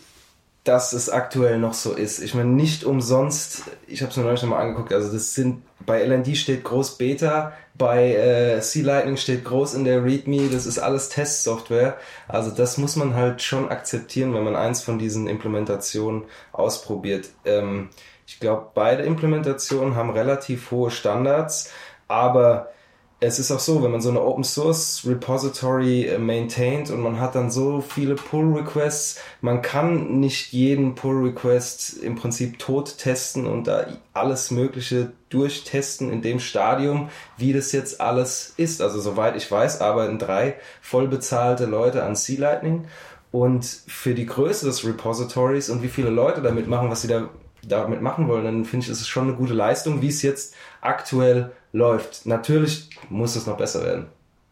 dass es aktuell noch so ist. Ich meine, nicht umsonst, ich habe es mir neulich nochmal angeguckt, also bei LND steht groß Beta, bei C-Lightning steht groß in der README, das ist alles Testsoftware. Also das muss man halt schon akzeptieren, wenn man eins von diesen Implementationen ausprobiert. Ich glaube, beide Implementationen haben relativ hohe Standards, aber es ist auch so, wenn man so eine Open Source Repository maintaint und man hat dann so viele Pull Requests, man kann nicht jeden Pull Request im Prinzip tot testen und da alles Mögliche durchtesten in dem Stadium, wie das jetzt alles ist. Also soweit ich weiß, arbeiten 3 vollbezahlte Leute an C-Lightning und für die Größe des Repositories und wie viele Leute damit machen, was sie damit machen wollen, dann finde ich, ist es schon eine gute Leistung, wie es jetzt aktuell läuft. Natürlich muss es noch besser werden.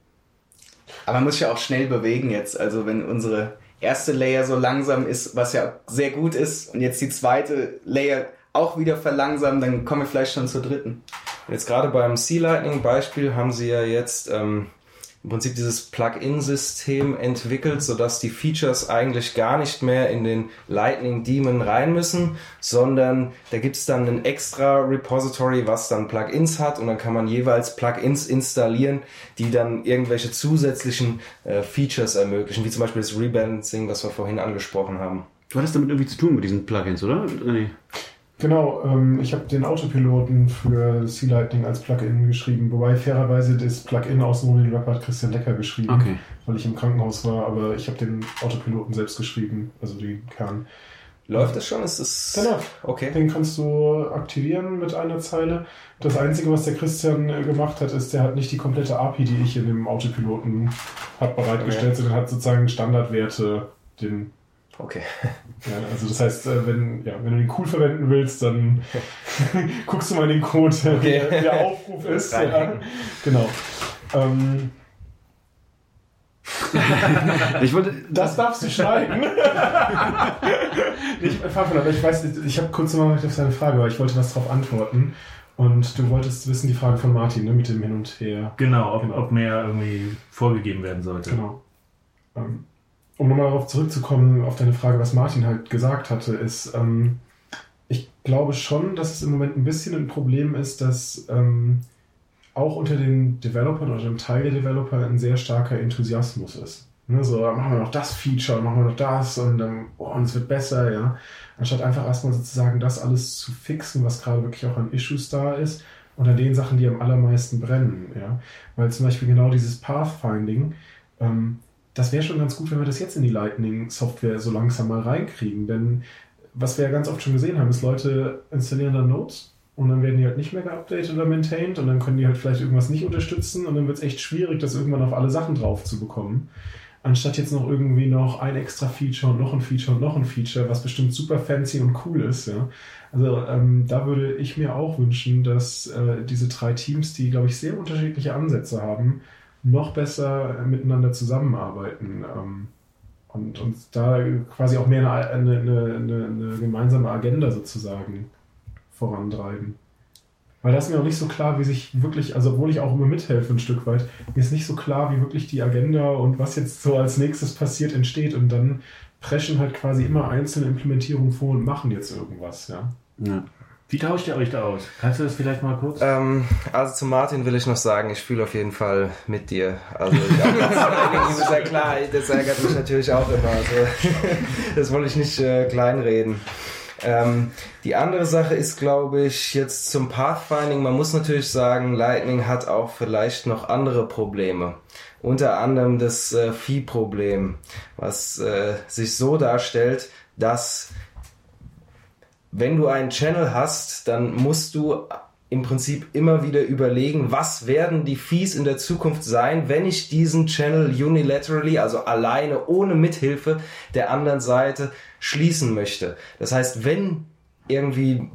Aber man muss sich ja auch schnell bewegen jetzt. Also wenn unsere erste Layer so langsam ist, was ja sehr gut ist, und jetzt die zweite Layer auch wieder verlangsamen, dann kommen wir vielleicht schon zur dritten. Und jetzt gerade beim C-Lightning-Beispiel haben sie ja jetzt im Prinzip dieses Plugin-System entwickelt, sodass die Features eigentlich gar nicht mehr in den Lightning Daemon rein müssen, sondern da gibt es dann ein extra Repository, was dann Plugins hat und dann kann man jeweils Plugins installieren, die dann irgendwelche zusätzlichen Features ermöglichen, wie zum Beispiel das Rebalancing, was wir vorhin angesprochen haben. Du hattest damit irgendwie zu tun mit diesen Plugins, oder? Nee. Genau, ich habe den Autopiloten für C-Lightning als Plugin geschrieben, wobei fairerweise das Plugin außenrum den Wrapper hat Christian Lecker geschrieben, okay, weil ich im Krankenhaus war, aber ich habe den Autopiloten selbst geschrieben, also den Kern. Läuft das schon? Ist das... Der läuft. Okay. Den kannst du aktivieren mit einer Zeile. Das Einzige, was der Christian gemacht hat, ist, der hat nicht die komplette API, die ich in dem Autopiloten habe bereitgestellt, sondern hat sozusagen Standardwerte, den... Okay. Ja, also das heißt, wenn du den cool verwenden willst, dann guckst du mal in den Code, okay, wie der Aufruf ist. Ja. Genau. Das darfst du schneiden. Ich habe kurz noch auf seine Frage, aber ich wollte was darauf antworten. Und du wolltest wissen, die Frage von Martin, ne, mit dem Hin und Her. Genau, ob mehr irgendwie vorgegeben werden sollte. Genau. Um nochmal darauf zurückzukommen, auf deine Frage, was Martin halt gesagt hatte, ist, ich glaube schon, dass es im Moment ein bisschen ein Problem ist, dass auch unter den Developern oder dem Teil der Developer ein sehr starker Enthusiasmus ist. Ne, so, machen wir noch das Feature, machen wir noch das und es wird besser, ja. Anstatt einfach erstmal sozusagen das alles zu fixen, was gerade wirklich auch an Issues da ist und an den Sachen, die am allermeisten brennen. Ja? Weil zum Beispiel genau dieses Pathfinding, das wäre schon ganz gut, wenn wir das jetzt in die Lightning-Software so langsam mal reinkriegen. Denn was wir ja ganz oft schon gesehen haben, ist, Leute installieren dann Nodes und dann werden die halt nicht mehr geupdatet oder maintained und dann können die halt vielleicht irgendwas nicht unterstützen und dann wird es echt schwierig, das irgendwann auf alle Sachen drauf zu bekommen. Anstatt jetzt noch irgendwie noch ein extra Feature und noch ein Feature und noch ein Feature, was bestimmt super fancy und cool ist. Ja? Also da würde ich mir auch wünschen, dass diese 3 Teams, die, glaube ich, sehr unterschiedliche Ansätze haben, noch besser miteinander zusammenarbeiten und da quasi auch mehr eine gemeinsame Agenda sozusagen vorantreiben. Weil das ist mir auch nicht so klar, wie sich wirklich, also obwohl ich auch immer mithelfe ein Stück weit, mir ist nicht so klar, wie wirklich die Agenda und was jetzt so als nächstes passiert entsteht und dann preschen halt quasi immer einzelne Implementierungen vor und machen jetzt irgendwas, ja. Wie tauscht ihr euch da aus? Kannst du das vielleicht mal kurz? Also zu Martin will ich noch sagen, ich fühle auf jeden Fall mit dir. Also das ist ja klar, das ärgert mich natürlich auch immer. Also, das wollte ich nicht kleinreden. Die andere Sache ist, glaube ich, jetzt zum Pathfinding, man muss natürlich sagen, Lightning hat auch vielleicht noch andere Probleme. Unter anderem das Fee-Problem, was sich so darstellt, dass wenn du einen Channel hast, dann musst du im Prinzip immer wieder überlegen, was werden die Fees in der Zukunft sein, wenn ich diesen Channel unilaterally, also alleine, ohne Mithilfe der anderen Seite schließen möchte. Das heißt, wenn irgendwie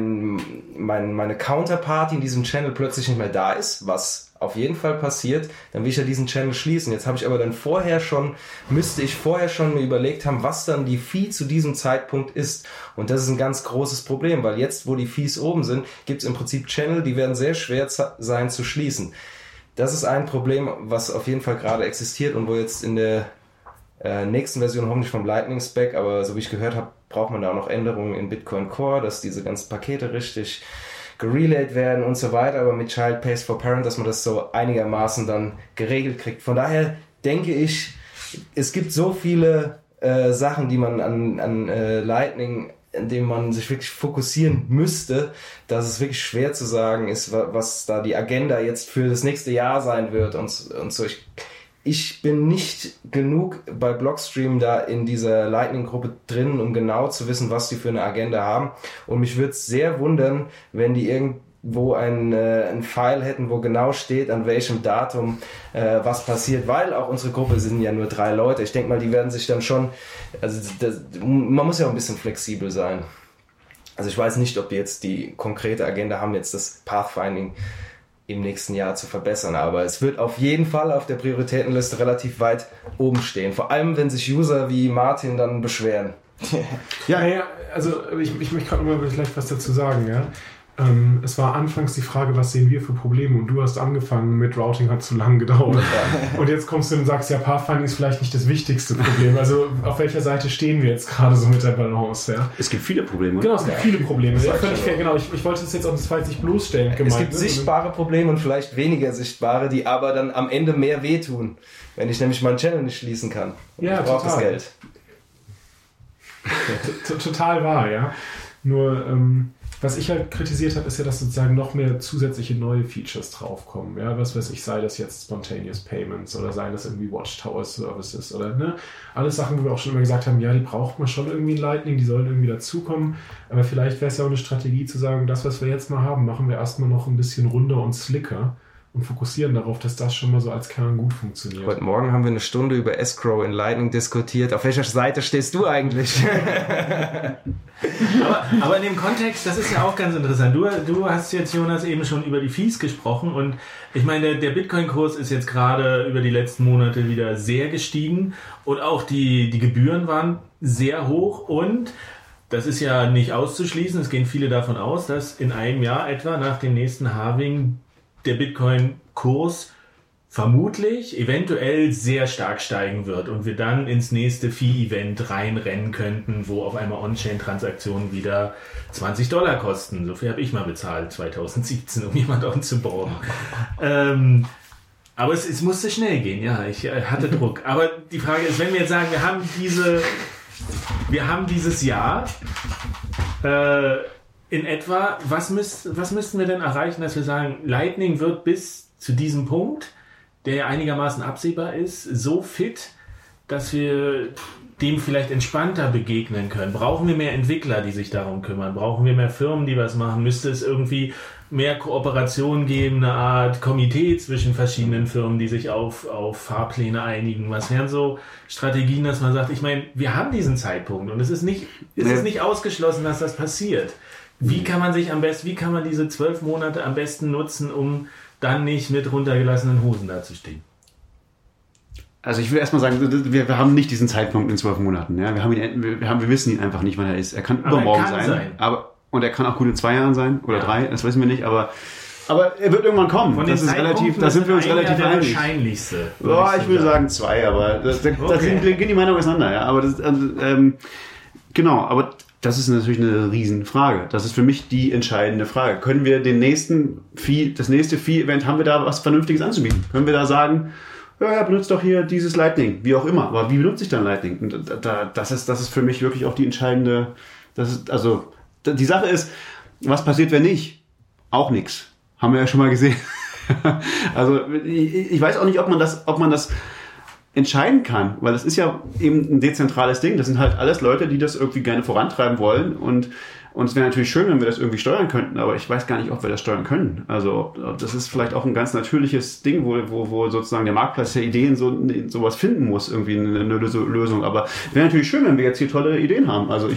meine Counterparty in diesem Channel plötzlich nicht mehr da ist, was auf jeden Fall passiert, dann will ich ja diesen Channel schließen. Jetzt habe ich aber dann müsste ich vorher schon mir überlegt haben, was dann die Fee zu diesem Zeitpunkt ist. Und das ist ein ganz großes Problem, weil jetzt, wo die Fees oben sind, gibt es im Prinzip Channel, die werden sehr schwer sein zu schließen. Das ist ein Problem, was auf jeden Fall gerade existiert und wo jetzt in der nächsten Version hoffentlich vom Lightning Spec, aber so wie ich gehört habe, braucht man da auch noch Änderungen in Bitcoin Core, dass diese ganzen Pakete richtig gerelayed werden und so weiter, aber mit Child Pays for Parent, dass man das so einigermaßen dann geregelt kriegt. Von daher denke ich, es gibt so viele Sachen, die man an Lightning, in dem man sich wirklich fokussieren müsste, dass es wirklich schwer zu sagen ist, was da die Agenda jetzt für das nächste Jahr sein wird und so. Ich bin nicht genug bei Blockstream da in dieser Lightning-Gruppe drin, um genau zu wissen, was die für eine Agenda haben. Und mich würde es sehr wundern, wenn die irgendwo ein File hätten, wo genau steht, an welchem Datum was passiert, weil auch unsere Gruppe sind ja nur 3 Leute. Ich denke mal, die werden sich dann schon, man muss ja auch ein bisschen flexibel sein. Also ich weiß nicht, ob die jetzt die konkrete Agenda haben, jetzt das Pathfinding im nächsten Jahr zu verbessern, aber es wird auf jeden Fall auf der Prioritätenliste relativ weit oben stehen. Vor allem, wenn sich User wie Martin dann beschweren. Ja, also ich möchte gerade noch mal vielleicht was dazu sagen, ja. Es war anfangs die Frage, was sehen wir für Probleme, und du hast angefangen mit Routing hat zu lang gedauert. Ja. Und jetzt kommst du und sagst, ja, Pathfinding ist vielleicht nicht das wichtigste Problem. Also auf welcher Seite stehen wir jetzt gerade so mit der Balance? Ja? Es gibt viele Probleme. Genau, es gibt viele Probleme. Ja, völlig fair, genau. Ich wollte es jetzt auch das nicht bloßstellen gemeint. Es gibt sichtbare Probleme und vielleicht weniger sichtbare, die aber dann am Ende mehr wehtun, wenn ich nämlich meinen Channel nicht schließen kann. Ja, ich brauche das Geld. Total wahr, ja. Nur was ich halt kritisiert habe, ist ja, dass sozusagen noch mehr zusätzliche neue Features draufkommen. Ja, was weiß ich, sei das jetzt Spontaneous Payments oder sei das irgendwie Watchtower Services oder ne, alles Sachen, wo wir auch schon immer gesagt haben, ja, die braucht man schon irgendwie in Lightning, die sollen irgendwie dazukommen. Aber vielleicht wäre es ja auch eine Strategie zu sagen, das, was wir jetzt mal haben, machen wir erstmal noch ein bisschen runder und slicker und fokussieren darauf, dass das schon mal so als Kern gut funktioniert. Heute Morgen haben wir eine Stunde über Escrow in Lightning diskutiert. Auf welcher Seite stehst du eigentlich? aber in dem Kontext, das ist ja auch ganz interessant. Du hast jetzt, Jonas, eben schon über die Fees gesprochen und ich meine, der Bitcoin-Kurs ist jetzt gerade über die letzten Monate wieder sehr gestiegen und auch die Gebühren waren sehr hoch und das ist ja nicht auszuschließen, es gehen viele davon aus, dass in einem Jahr etwa nach dem nächsten Halving der Bitcoin-Kurs vermutlich, eventuell sehr stark steigen wird und wir dann ins nächste Fee-Event reinrennen könnten, wo auf einmal On-Chain-Transaktionen wieder $20 kosten. So viel habe ich mal bezahlt 2017, um jemand onzuboarden. Aber es musste schnell gehen, ja, ich hatte Druck. Aber die Frage ist, wenn wir jetzt sagen, wir haben dieses Jahr in etwa, was müssten wir denn erreichen, dass wir sagen, Lightning wird bis zu diesem Punkt, der ja einigermaßen absehbar ist, so fit, dass wir dem vielleicht entspannter begegnen können? Brauchen wir mehr Entwickler, die sich darum kümmern? Brauchen wir mehr Firmen, die was machen? Müsste es irgendwie mehr Kooperation geben, eine Art Komitee zwischen verschiedenen Firmen, die sich auf Fahrpläne einigen? Was wären so Strategien, dass man sagt, ich meine, wir haben diesen Zeitpunkt und es ist nicht ausgeschlossen, dass das passiert. Wie kann man diese 12 Monate am besten nutzen, um dann nicht mit runtergelassenen Hosen dazustehen? Also ich will erstmal sagen, wir haben nicht diesen Zeitpunkt in 12 Monaten. Ja? Wir wissen ihn einfach nicht, wann er ist. Er kann übermorgen sein. Und er kann auch gut in 2 Jahren sein oder 3, das wissen wir nicht. Aber er wird irgendwann kommen. Da sind wir uns relativ einig. Wahrscheinlichste. Ich würde sagen 2, aber da gehen die Meinungen auseinander. Ja? Aber genau, aber das ist natürlich eine Riesenfrage. Das ist für mich die entscheidende Frage. Können wir das nächste Vieh-Event, haben wir da was Vernünftiges anzubieten? Können wir da sagen, ja, benutzt doch hier dieses Lightning, wie auch immer. Aber wie benutze ich dann Lightning? Und das ist für mich wirklich auch die entscheidende, die Sache ist, was passiert, wenn nicht? Auch nichts. Haben wir ja schon mal gesehen. Also, ich weiß auch nicht, ob man das entscheiden kann, weil das ist ja eben ein dezentrales Ding. Das sind halt alles Leute, die das irgendwie gerne vorantreiben wollen und es wäre natürlich schön, wenn wir das irgendwie steuern könnten, aber ich weiß gar nicht, ob wir das steuern können. Also das ist vielleicht auch ein ganz natürliches Ding, wo sozusagen der Marktplatz der Ideen sowas finden muss, irgendwie eine Lösung. Aber wäre natürlich schön, wenn wir jetzt hier tolle Ideen haben. Also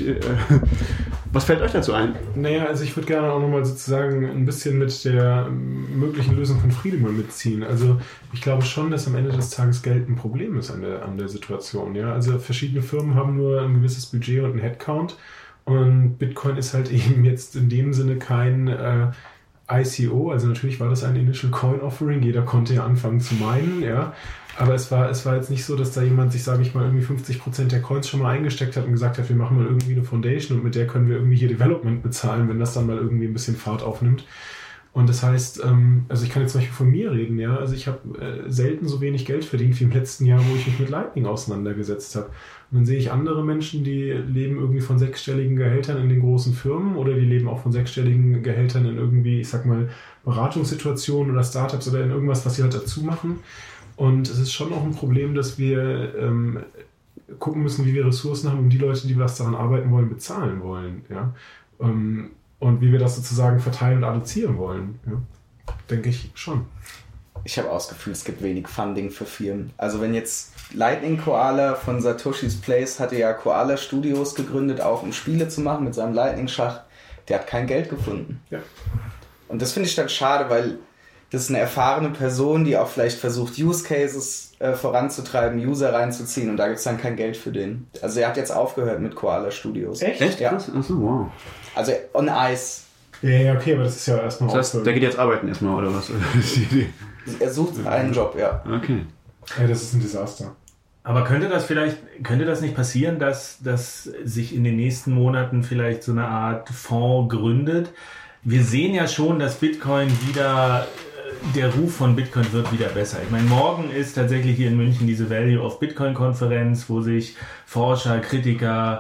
was fällt euch dazu ein? Naja, also ich würde gerne auch nochmal sozusagen ein bisschen mit der möglichen Lösung von Friedemann mitziehen. Also ich glaube schon, dass am Ende des Tages Geld ein Problem ist an der Situation. Ja? Also verschiedene Firmen haben nur ein gewisses Budget und einen Headcount. Und Bitcoin ist halt eben jetzt in dem Sinne kein ICO, also natürlich war das ein Initial Coin Offering, jeder konnte ja anfangen zu minen, ja, aber es war jetzt nicht so, dass da jemand sich, sage ich mal, irgendwie 50% der Coins schon mal eingesteckt hat und gesagt hat, wir machen mal irgendwie eine Foundation und mit der können wir irgendwie hier Development bezahlen, wenn das dann mal irgendwie ein bisschen Fahrt aufnimmt. Und das heißt, also ich kann jetzt zum Beispiel von mir reden, ja, also ich habe selten so wenig Geld verdient wie im letzten Jahr, wo ich mich mit Lightning auseinandergesetzt habe. Und dann sehe ich andere Menschen, die leben irgendwie von 6-stelligen Gehältern in den großen Firmen oder die leben auch von 6-stelligen Gehältern in irgendwie, ich sag mal, Beratungssituationen oder Startups oder in irgendwas, was sie halt dazu machen. Und es ist schon auch ein Problem, dass wir gucken müssen, wie wir Ressourcen haben, um die Leute, die was daran arbeiten wollen, bezahlen wollen, ja. Und wie wir das sozusagen verteilen und allozieren wollen. Ja? Denke ich schon. Ich habe auch das Gefühl, es gibt wenig Funding für Firmen. Also wenn jetzt Lightning Koala von Satoshi's Place hatte ja Koala Studios gegründet, auch um Spiele zu machen mit seinem Lightning-Schach. Der hat kein Geld gefunden. Ja. Und das finde ich dann schade, weil das ist eine erfahrene Person, die auch vielleicht versucht, Use Cases voranzutreiben, User reinzuziehen und da gibt es dann kein Geld für den. Also er hat jetzt aufgehört mit Koala Studios. Echt? Ja. Achso, wow. Also on Ice. Ja, okay, aber das ist ja erstmal das heißt, der geht jetzt arbeiten erstmal, oder was? Er sucht einen Job, ja. Okay. Ja, das ist ein Desaster. Aber könnte das nicht passieren, dass sich in den nächsten Monaten vielleicht so eine Art Fonds gründet? Wir sehen ja schon, dass Bitcoin wieder, der Ruf von Bitcoin wird wieder besser. Ich meine, morgen ist tatsächlich hier in München diese Value of Bitcoin-Konferenz, wo sich Forscher, Kritiker,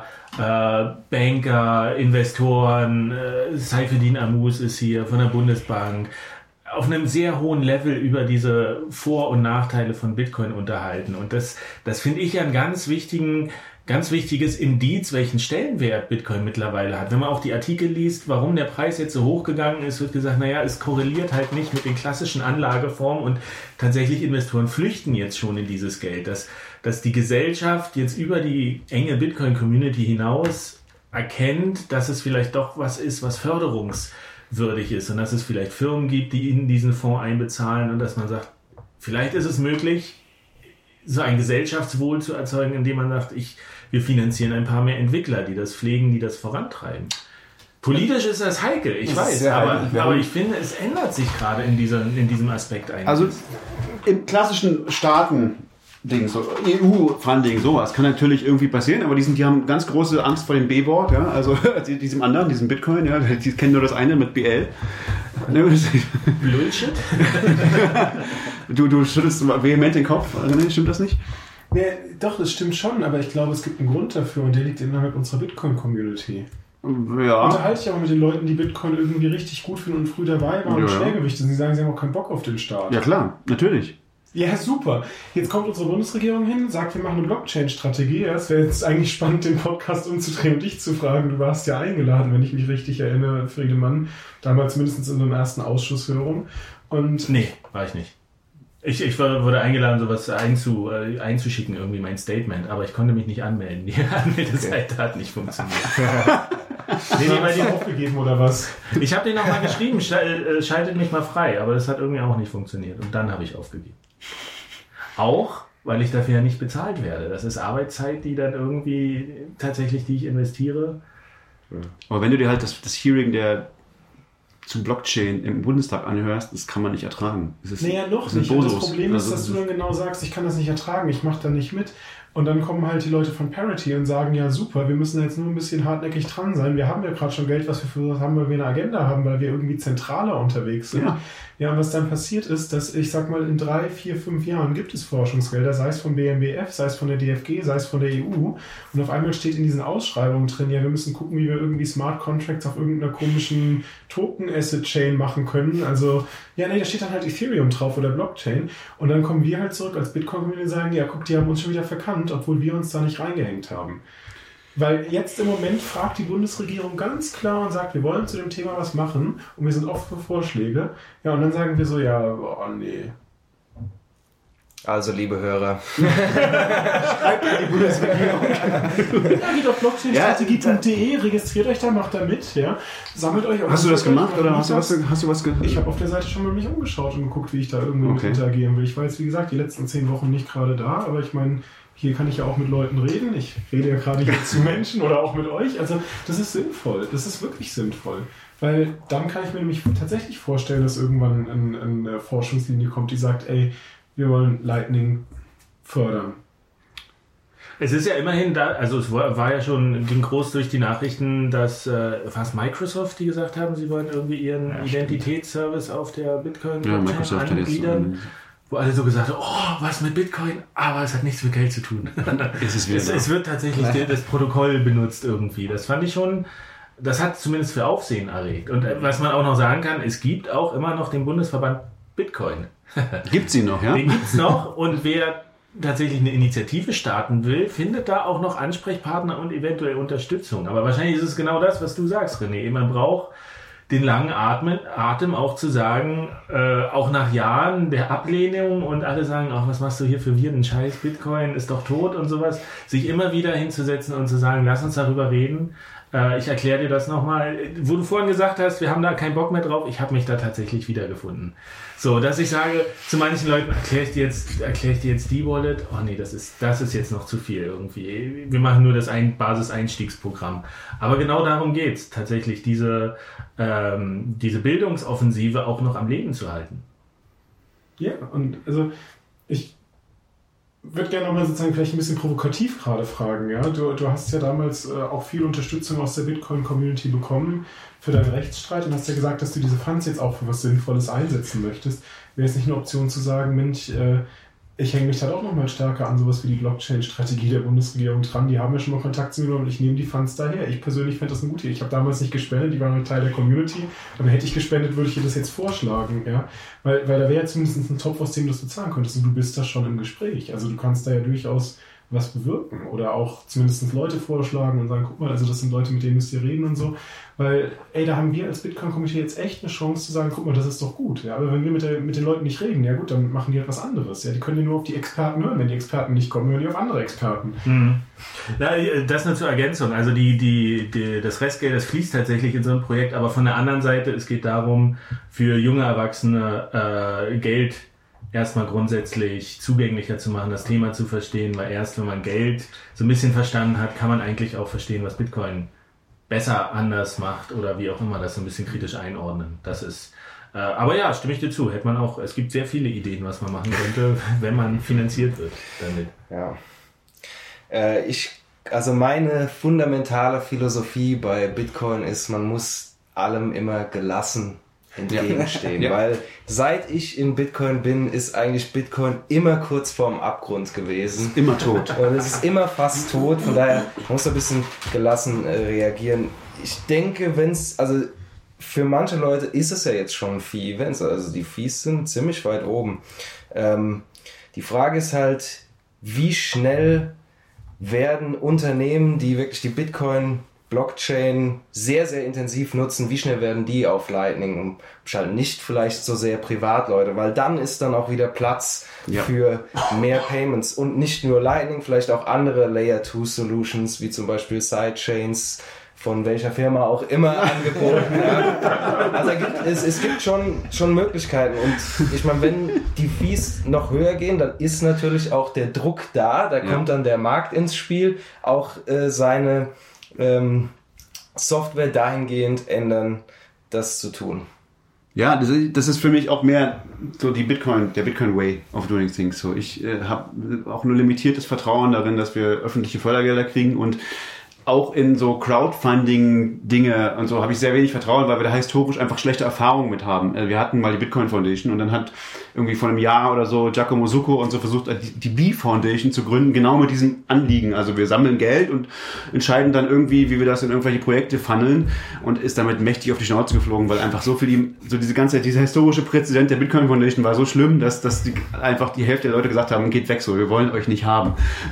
Banker, Investoren, Saifeddin Ammous ist hier von der Bundesbank, auf einem sehr hohen Level über diese Vor- und Nachteile von Bitcoin unterhalten. Und das finde ich ja einen ganz wichtiges Indiz, welchen Stellenwert Bitcoin mittlerweile hat. Wenn man auch die Artikel liest, warum der Preis jetzt so hoch gegangen ist, wird gesagt, naja, es korreliert halt nicht mit den klassischen Anlageformen und tatsächlich Investoren flüchten jetzt schon in dieses Geld, dass die Gesellschaft jetzt über die enge Bitcoin-Community hinaus erkennt, dass es vielleicht doch was ist, was förderungswürdig ist und dass es vielleicht Firmen gibt, die in diesen Fonds einbezahlen und dass man sagt, vielleicht ist es möglich, so ein Gesellschaftswohl zu erzeugen, indem man sagt, wir finanzieren ein paar mehr Entwickler, die das pflegen, die das vorantreiben. Politisch ist das heikel, ich weiß, aber ich finde, es ändert sich gerade in diesem Aspekt eigentlich. Also im klassischen Staaten-Ding, so EU-Funding, sowas kann natürlich irgendwie passieren, aber die haben ganz große Angst vor dem B-Wort, ja, also diesem anderen, diesem Bitcoin, ja, die kennen nur das eine mit BL. Bullshit? Du schüttelst vehement den Kopf, René, stimmt das nicht? Nee, doch, das stimmt schon, aber ich glaube, es gibt einen Grund dafür und der liegt innerhalb unserer Bitcoin-Community. Unterhalte ich aber mit den Leuten, die Bitcoin irgendwie richtig gut finden und früh dabei waren und Schwergewichte sind. Sie sagen, sie haben auch keinen Bock auf den Start. Ja klar, natürlich. Ja, super. Jetzt kommt unsere Bundesregierung hin, sagt, wir machen eine Blockchain-Strategie. Es wäre jetzt eigentlich spannend, den Podcast umzudrehen und dich zu fragen. Du warst ja eingeladen, wenn ich mich richtig erinnere, Friedemann. Damals mindestens in der ersten Ausschusshörung. Und nee, war ich nicht. Ich wurde eingeladen, sowas einzuschicken, irgendwie mein Statement, aber ich konnte mich nicht anmelden. Die Anmeldeseite hat nicht funktioniert. Nee, weil die aufgegeben oder was? Ich habe den nochmal geschrieben, schaltet mich mal frei, aber das hat irgendwie auch nicht funktioniert. Und dann habe ich aufgegeben. Auch, weil ich dafür ja nicht bezahlt werde. Das ist Arbeitszeit, die dann irgendwie tatsächlich, die ich investiere. Aber wenn du dir halt das Hearing zu Blockchain im Bundestag anhörst, das kann man nicht ertragen. Noch nicht. Und das Problem ist, dass du dann genau sagst, ich kann das nicht ertragen, ich mache da nicht mit. Und dann kommen halt die Leute von Parity und sagen, ja super, wir müssen jetzt nur ein bisschen hartnäckig dran sein. Wir haben ja gerade schon Geld, was wir für was haben, weil wir eine Agenda haben, weil wir irgendwie zentraler unterwegs sind. Ja, und was dann passiert ist, dass ich sag mal, in 3, 4, 5 Jahren gibt es Forschungsgelder, sei es vom BMBF, sei es von der DFG, sei es von der EU. Und auf einmal steht in diesen Ausschreibungen drin, ja, wir müssen gucken, wie wir irgendwie Smart Contracts auf irgendeiner komischen Token-Asset-Chain machen können. Also, ja, nee, da steht dann halt Ethereum drauf oder Blockchain. Und dann kommen wir halt zurück als Bitcoin-Community und sagen, ja, guck, die haben uns schon wieder verkannt, obwohl wir uns da nicht reingehängt haben. Weil jetzt im Moment fragt die Bundesregierung ganz klar und sagt, wir wollen zu dem Thema was machen und wir sind offen für Vorschläge. Ja, und dann sagen wir so, ja, oh nee. Also, liebe Hörer. Schreibt an die Bundesregierung. Ja, geht auf blockchainstrategie.de, registriert euch da, macht da mit, ja. Sammelt euch. Hast du das gemacht oder hast du was gemacht? Ich habe auf der Seite schon mal mich umgeschaut und geguckt, wie ich da irgendwie mit interagieren will. Ich war jetzt, wie gesagt, die letzten 10 Wochen nicht gerade da, aber ich meine, hier kann ich ja auch mit Leuten reden. Ich rede ja gerade hier zu Menschen oder auch mit euch. Also das ist sinnvoll. Das ist wirklich sinnvoll. Weil dann kann ich mir nämlich tatsächlich vorstellen, dass irgendwann eine Forschungslinie kommt, die sagt, ey, wir wollen Lightning fördern. Es ist ja immerhin da, also es war ja schon, ging groß durch die Nachrichten, dass fast Microsoft, die gesagt haben, sie wollen irgendwie ihren Identitätsservice auf der Bitcoin-Blockchain angliedern. Wo alle so gesagt haben, oh, was mit Bitcoin? Aber es hat nichts mit Geld zu tun. Es wird tatsächlich das Protokoll benutzt irgendwie. Das fand ich schon, das hat zumindest für Aufsehen erregt. Und was man auch noch sagen kann, es gibt auch immer noch den Bundesverband Bitcoin. Gibt's ihn noch, ja? Den gibt's noch und wer tatsächlich eine Initiative starten will, findet da auch noch Ansprechpartner und eventuell Unterstützung. Aber wahrscheinlich ist es genau das, was du sagst, René. Man braucht den langen Atem auch zu sagen, auch nach Jahren der Ablehnung und alle sagen, ach, was machst du hier für Viren, Scheiß, Bitcoin ist doch tot und sowas, sich immer wieder hinzusetzen und zu sagen, lass uns darüber reden. Ich erkläre dir das nochmal. Wo du vorhin gesagt hast, wir haben da keinen Bock mehr drauf, ich habe mich da tatsächlich wiedergefunden. So, dass ich sage, zu manchen Leuten erkläre ich dir jetzt die Wallet, oh nee, das ist jetzt noch zu viel irgendwie. Wir machen nur das Basiseinstiegsprogramm. Aber genau darum geht's, tatsächlich diese Bildungsoffensive auch noch am Leben zu halten. Ja, und also ich würde gerne nochmal sozusagen vielleicht ein bisschen provokativ gerade fragen. Ja? Du hast ja damals auch viel Unterstützung aus der Bitcoin-Community bekommen für deinen Rechtsstreit und hast ja gesagt, dass du diese Funds jetzt auch für was Sinnvolles einsetzen möchtest. Wäre es nicht eine Option zu sagen, Mensch, ich hänge mich halt auch nochmal stärker an sowas wie die Blockchain-Strategie der Bundesregierung dran. Die haben ja schon mal Kontakt zu mir und ich nehme die Funds daher. Ich persönlich fände das eine gute Idee. Ich habe damals nicht gespendet, die waren ein Teil der Community. Aber hätte ich gespendet, würde ich dir das jetzt vorschlagen. Ja? Weil da wäre ja zumindest ein Topf, aus dem du das bezahlen könntest. Und du bist da schon im Gespräch. Also du kannst da ja durchaus was bewirken oder auch zumindest Leute vorschlagen und sagen, guck mal, also das sind Leute, mit denen müsst ihr reden und so, weil, ey, da haben wir als Bitcoin-Komitee jetzt echt eine Chance zu sagen, guck mal, das ist doch gut, ja, aber wenn wir mit den Leuten nicht reden, ja gut, dann machen die halt was anderes, ja, die können ja nur auf die Experten hören, wenn die Experten nicht kommen, hören die auf andere Experten. Mhm. Ja, das nur zur Ergänzung, also das Restgeld, das fließt tatsächlich in so ein Projekt, aber von der anderen Seite, es geht darum, für junge Erwachsene Geld erstmal grundsätzlich zugänglicher zu machen, das Thema zu verstehen, weil erst wenn man Geld so ein bisschen verstanden hat, kann man eigentlich auch verstehen, was Bitcoin besser, anders macht oder wie auch immer das so ein bisschen kritisch einordnen. Das ist, aber ja, stimme ich dir zu, es gibt sehr viele Ideen, was man machen könnte, wenn man finanziert wird damit. Ja. Also meine fundamentale Philosophie bei Bitcoin ist, man muss allem immer gelassen entgegenstehen, ja. Weil seit ich in Bitcoin bin, ist eigentlich Bitcoin immer kurz vorm Abgrund gewesen. Immer tot. Und es ist immer fast tot, von daher muss man ein bisschen gelassen reagieren. ich denke, für manche Leute ist es ja jetzt schon Fee-Events, also die Fees sind ziemlich weit oben. Die Frage ist halt, wie schnell werden Unternehmen, die wirklich die Bitcoin-Blockchain sehr, sehr intensiv nutzen, wie schnell werden die auf Lightning umschalten? Nicht vielleicht so sehr Privatleute, weil dann ist dann auch wieder Platz für mehr Payments und nicht nur Lightning, vielleicht auch andere Layer-2-Solutions, wie zum Beispiel Sidechains, von welcher Firma auch immer angeboten. Also es gibt schon Möglichkeiten und ich meine, wenn die Fees noch höher gehen, dann ist natürlich auch der Druck da kommt dann der Markt ins Spiel, auch seine Software dahingehend ändern, das zu tun. Ja, das ist für mich auch mehr so der Bitcoin Way of doing things. So, ich habe auch nur limitiertes Vertrauen darin, dass wir öffentliche Fördergelder kriegen und auch in so Crowdfunding-Dinge und so habe ich sehr wenig Vertrauen, weil wir da historisch einfach schlechte Erfahrungen mit haben. Wir hatten mal die Bitcoin Foundation und dann hat irgendwie vor einem Jahr oder so Giacomo Succo und so versucht, die B-Foundation zu gründen, genau mit diesem Anliegen. Also wir sammeln Geld und entscheiden dann irgendwie, wie wir das in irgendwelche Projekte funneln und ist damit mächtig auf die Schnauze geflogen, weil einfach dieser historische Präzedent der Bitcoin Foundation war so schlimm, dass einfach die Hälfte der Leute gesagt haben, geht weg so, wir wollen euch nicht haben.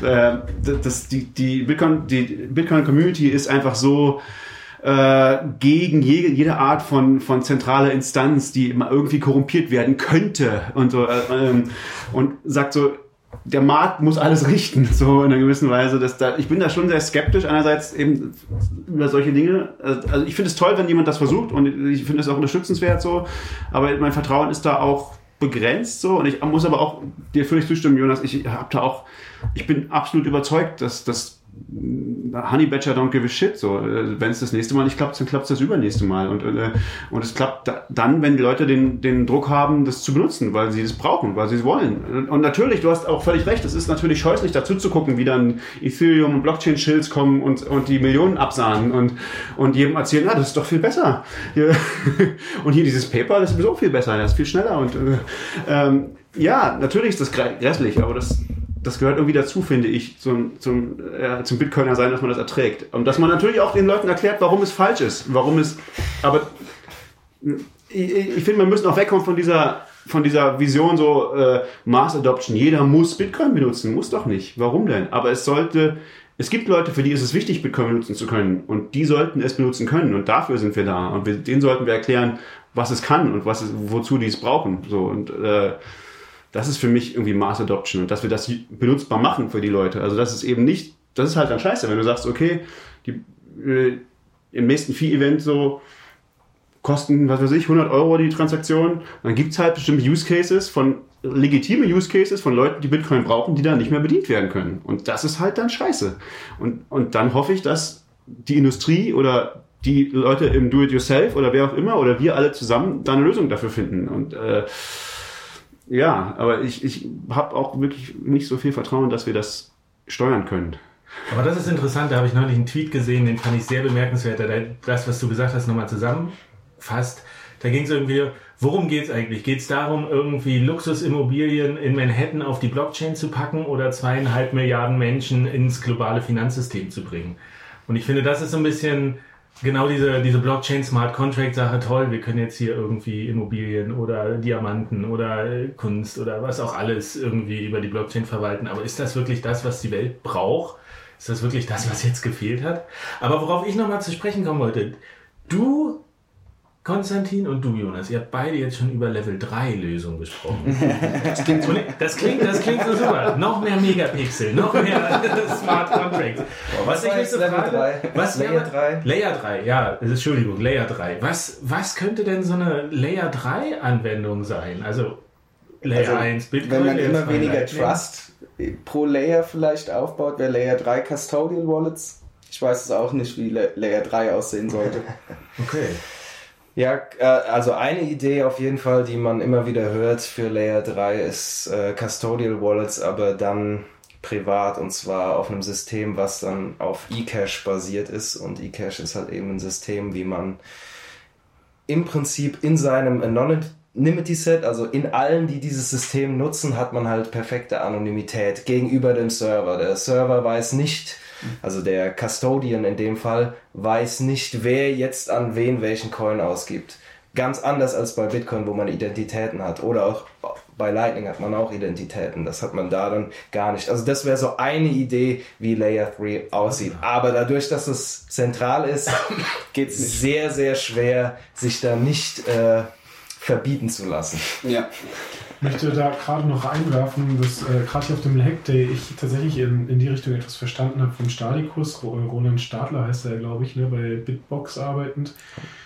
Die Bitcoin Community ist einfach so gegen jede Art von zentraler Instanz, die immer irgendwie korrumpiert werden könnte und so und sagt so, der Markt muss alles richten, so in einer gewissen Weise. Ich bin da schon sehr skeptisch, einerseits eben über solche Dinge. Also ich finde es toll, wenn jemand das versucht und ich finde es auch unterstützenswert so, aber mein Vertrauen ist da auch begrenzt so und ich muss aber auch dir völlig zustimmen, Jonas, ich bin absolut überzeugt, dass Honey Badger don't give a shit. So, wenn es das nächste Mal nicht klappt, dann klappt es das übernächste Mal. Und es klappt dann, wenn die Leute den Druck haben, das zu benutzen, weil sie das brauchen, weil sie es wollen. Und natürlich, du hast auch völlig recht, es ist natürlich scheußlich, dazu zu gucken, wie dann Ethereum und Blockchain-Shills kommen und die Millionen absahnen und jedem erzählen, das ist doch viel besser. Und hier dieses PayPal, das ist sowieso viel besser, das ist viel schneller. Und ja, natürlich ist das grässlich, aber das gehört irgendwie dazu, finde ich, zum Bitcoiner sein, dass man das erträgt. Und dass man natürlich auch den Leuten erklärt, warum es falsch ist. Aber ich finde, man müsste auch wegkommen von dieser Vision so Mass Adoption. Jeder muss Bitcoin benutzen. Muss doch nicht. Warum denn? Aber es gibt Leute, für die ist es wichtig, Bitcoin benutzen zu können. Und die sollten es benutzen können. Und dafür sind wir da. Und denen sollten wir erklären, was es kann und wozu die es brauchen. So, und das ist für mich irgendwie Mass Adoption und dass wir das benutzbar machen für die Leute. Also das ist halt dann scheiße, wenn du sagst, okay, im nächsten Fee-Event so kosten, 100 Euro die Transaktion, dann gibt's halt bestimmte legitime Use Cases von Leuten, die Bitcoin brauchen, die dann nicht mehr bedient werden können. Und das ist halt dann scheiße. Und dann hoffe ich, dass die Industrie oder die Leute im Do-it-yourself oder wer auch immer oder wir alle zusammen da eine Lösung dafür finden. Und ja, aber ich habe auch wirklich nicht so viel Vertrauen, dass wir das steuern können. Aber das ist interessant, da habe ich neulich einen Tweet gesehen, den fand ich sehr bemerkenswert, der das, was du gesagt hast, nochmal zusammenfasst. Da ging es irgendwie, worum geht es eigentlich? Geht es darum, irgendwie Luxusimmobilien in Manhattan auf die Blockchain zu packen oder 2,5 Milliarden Menschen ins globale Finanzsystem zu bringen? Und ich finde, das ist so ein bisschen genau diese Blockchain-Smart-Contract-Sache, toll, wir können jetzt hier irgendwie Immobilien oder Diamanten oder Kunst oder was auch alles irgendwie über die Blockchain verwalten. Aber ist das wirklich das, was die Welt braucht? Ist das wirklich das, was jetzt gefehlt hat? Aber worauf ich nochmal zu sprechen kommen wollte, du, Konstantin und du, Jonas, ihr habt beide jetzt schon über Level 3 Lösungen gesprochen. Das klingt so super. Noch mehr Megapixel, noch mehr Smart Contracts. Was ist Level 3? Layer 3? Layer 3, ja. Entschuldigung, Layer 3. Was könnte denn so eine Layer 3 Anwendung sein? Also Layer 1, Bitcoin. Wenn man immer weniger Trust pro Layer vielleicht aufbaut, wäre Layer 3 Custodial Wallets. Ich weiß es auch nicht, wie Layer 3 aussehen sollte. Okay. Ja, also eine Idee auf jeden Fall, die man immer wieder hört für Layer 3 ist Custodial Wallets, aber dann privat und zwar auf einem System, was dann auf eCash basiert ist und eCash ist halt eben ein System, wie man im Prinzip in seinem Anonymity Set, also in allen, die dieses System nutzen, hat man halt perfekte Anonymität gegenüber dem Server. Der Server weiß nicht, Also der Custodian in dem Fall weiß nicht, wer jetzt an wen welchen Coin ausgibt. Ganz anders als bei Bitcoin, wo man Identitäten hat. Oder auch bei Lightning hat man auch Identitäten. Das hat man da dann gar nicht. Also das wäre so eine Idee, wie Layer 3 aussieht. Aber dadurch, dass es zentral ist, geht es sehr, sehr schwer, sich da nicht verbieten zu lassen. Ja. Ich möchte da gerade noch einwerfen, dass gerade hier auf dem Hack Day ich tatsächlich in die Richtung etwas verstanden habe vom Stadikus. Roland Stadler heißt er, glaube ich, ne, bei Bitbox arbeitend.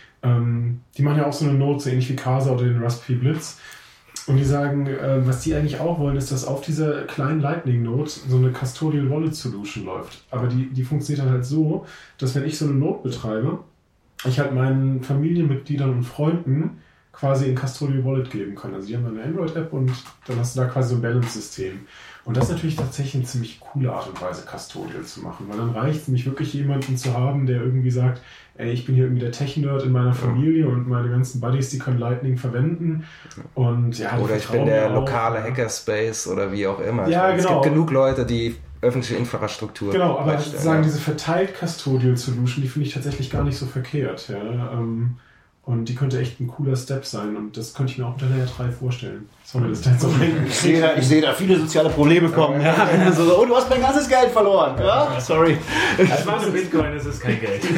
Die machen ja auch so eine Node, so ähnlich wie Casa oder den Raspberry Blitz. Und die sagen, was die eigentlich auch wollen, ist, dass auf dieser kleinen Lightning-Node so eine Custodial Wallet Solution läuft. Aber die funktioniert dann halt so, dass wenn ich so eine Node betreibe, ich halt meinen Familienmitgliedern und Freunden quasi ein Custodial Wallet geben kann. Also die haben eine Android-App und dann hast du da quasi so ein Balance-System. Und das ist natürlich tatsächlich eine ziemlich coole Art und Weise, Custodial zu machen, weil dann reicht es nämlich wirklich jemanden zu haben, der irgendwie sagt, ey, ich bin hier irgendwie der Tech-Nerd in meiner Familie und meine ganzen Buddies, die können Lightning verwenden. Und, ja, oder ich bin der lokale Hackerspace oder wie auch immer. Ja, es genau. gibt genug Leute, die öffentliche Infrastruktur genau, aber sozusagen diese verteilt Custodial Solution, die finde ich tatsächlich gar nicht so verkehrt. Ja. Und die könnte echt ein cooler Step sein und das könnte ich mir auch unter Layer 3 vorstellen. Sorry, das ist halt so Ich sehe da viele soziale Probleme kommen. Ja. So, du hast mein ganzes Geld verloren. Ja? Sorry. Das war so Bitcoin, das ist kein Geld.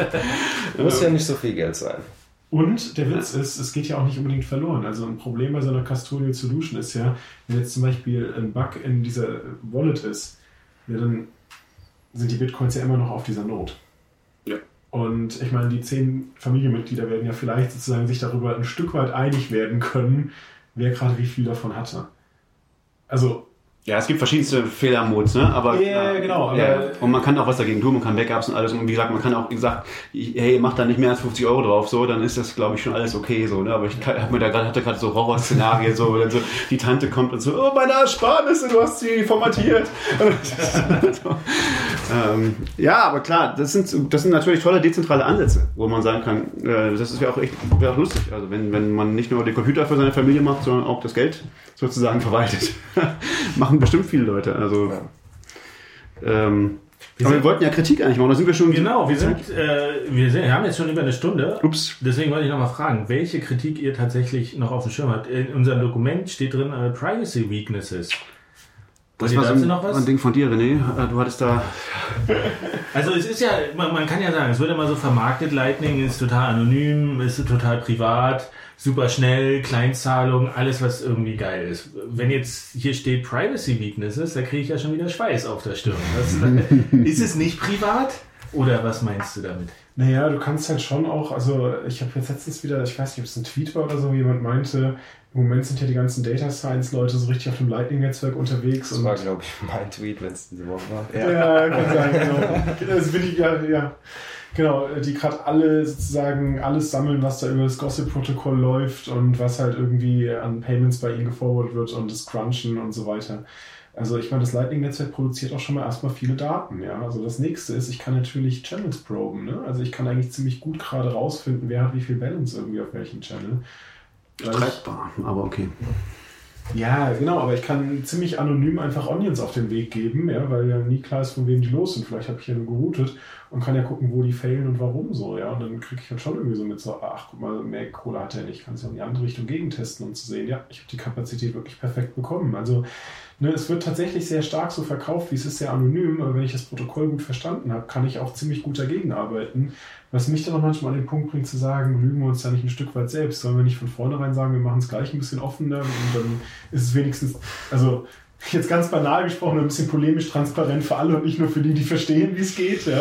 Muss ja nicht so viel Geld sein. Und der Witz ist, es geht ja auch nicht unbedingt verloren. Also ein Problem bei so einer Custodial Solution ist ja, wenn jetzt zum Beispiel ein Bug in dieser Wallet ist, ja, dann sind die Bitcoins ja immer noch auf dieser Node. Ja. Und ich meine, die 10 Familienmitglieder werden ja vielleicht sozusagen sich darüber ein Stück weit einig werden können, wer gerade wie viel davon hatte. Also Ja, es gibt verschiedenste Fehlermodes, ne? Aber, ja, genau. Aber ja. Und man kann auch was dagegen tun, man kann Backups und alles. Und wie gesagt, man kann auch gesagt, hey, mach da nicht mehr als 50 Euro drauf, so, dann ist das, glaube ich, schon alles okay, so, ne? Aber ich hatte gerade so Horrorszenarien, so, wo dann so die Tante kommt und so, oh, meine Ersparnisse, du hast sie formatiert. Ja, aber klar, das sind natürlich tolle dezentrale Ansätze, wo man sagen kann, das wäre auch lustig. Also wenn man nicht nur den Computer für seine Familie macht, sondern auch das Geld sozusagen verwaltet. Machen bestimmt viele Leute. Also, aber wir wollten ja Kritik eigentlich machen, da sind wir schon... Genau, wir haben jetzt schon über eine Stunde. Ups. Deswegen wollte ich nochmal fragen, welche Kritik ihr tatsächlich noch auf dem Schirm habt. In unserem Dokument steht drin Privacy Weaknesses. Das war so ein Ding von dir, René. Du hattest da... Also es ist ja, man kann ja sagen, es wird immer so vermarktet, Lightning ist total anonym, ist total privat, super schnell, Kleinstzahlung, alles was irgendwie geil ist. Wenn jetzt hier steht Privacy Weaknesses, da kriege ich ja schon wieder Schweiß auf der Stirn. Ist es nicht privat? Oder was meinst du damit? Naja, du kannst halt schon auch, also ich habe jetzt letztens wieder, ich weiß nicht, ob es ein Tweet war oder so, jemand meinte, im Moment sind ja die ganzen Data Science Leute so richtig auf dem Lightning-Netzwerk unterwegs. Das war, glaube ich, mein Tweet, wenn es diese Woche war. Ja, kann sein, genau. Das bin ich, ja. Genau, die gerade alle sozusagen alles sammeln, was da über das Gossip-Protokoll läuft und was halt irgendwie an Payments bei ihnen geforwardet wird und das Crunchen und so weiter. Also ich meine, das Lightning-Netzwerk produziert auch schon mal erstmal viele Daten, ja. Also das nächste ist, ich kann natürlich Channels proben, ne? Also ich kann eigentlich ziemlich gut gerade rausfinden, wer hat wie viel Balance irgendwie auf welchem Channel. Streitbar, aber okay. Ja, genau, aber ich kann ziemlich anonym einfach Onions auf den Weg geben, ja, weil ja nie klar ist, von wem die los sind. Vielleicht habe ich ja nur geroutet und kann ja gucken, wo die failen und warum so, ja. Und dann kriege ich halt schon irgendwie so mit so, ach, guck mal, mehr Kohle hat er nicht. Ich kann es ja in die andere Richtung gegentesten, um zu sehen, ja, ich habe die Kapazität wirklich perfekt bekommen. Also, ne, es wird tatsächlich sehr stark so verkauft, wie es ist sehr anonym, aber wenn ich das Protokoll gut verstanden habe, kann ich auch ziemlich gut dagegen arbeiten. Was mich dann auch manchmal an den Punkt bringt zu sagen, lügen wir uns ja nicht ein Stück weit selbst, sollen wir nicht von vornherein sagen, wir machen es gleich ein bisschen offener und dann ist es wenigstens, also jetzt ganz banal gesprochen, ein bisschen polemisch transparent für alle und nicht nur für die, die verstehen, wie es geht, ja.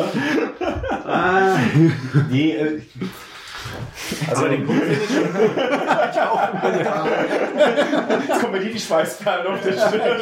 Nee, also den Punkt finde ich schon gut. Jetzt kommen bei dir die Schweißperlen auf der Stirn.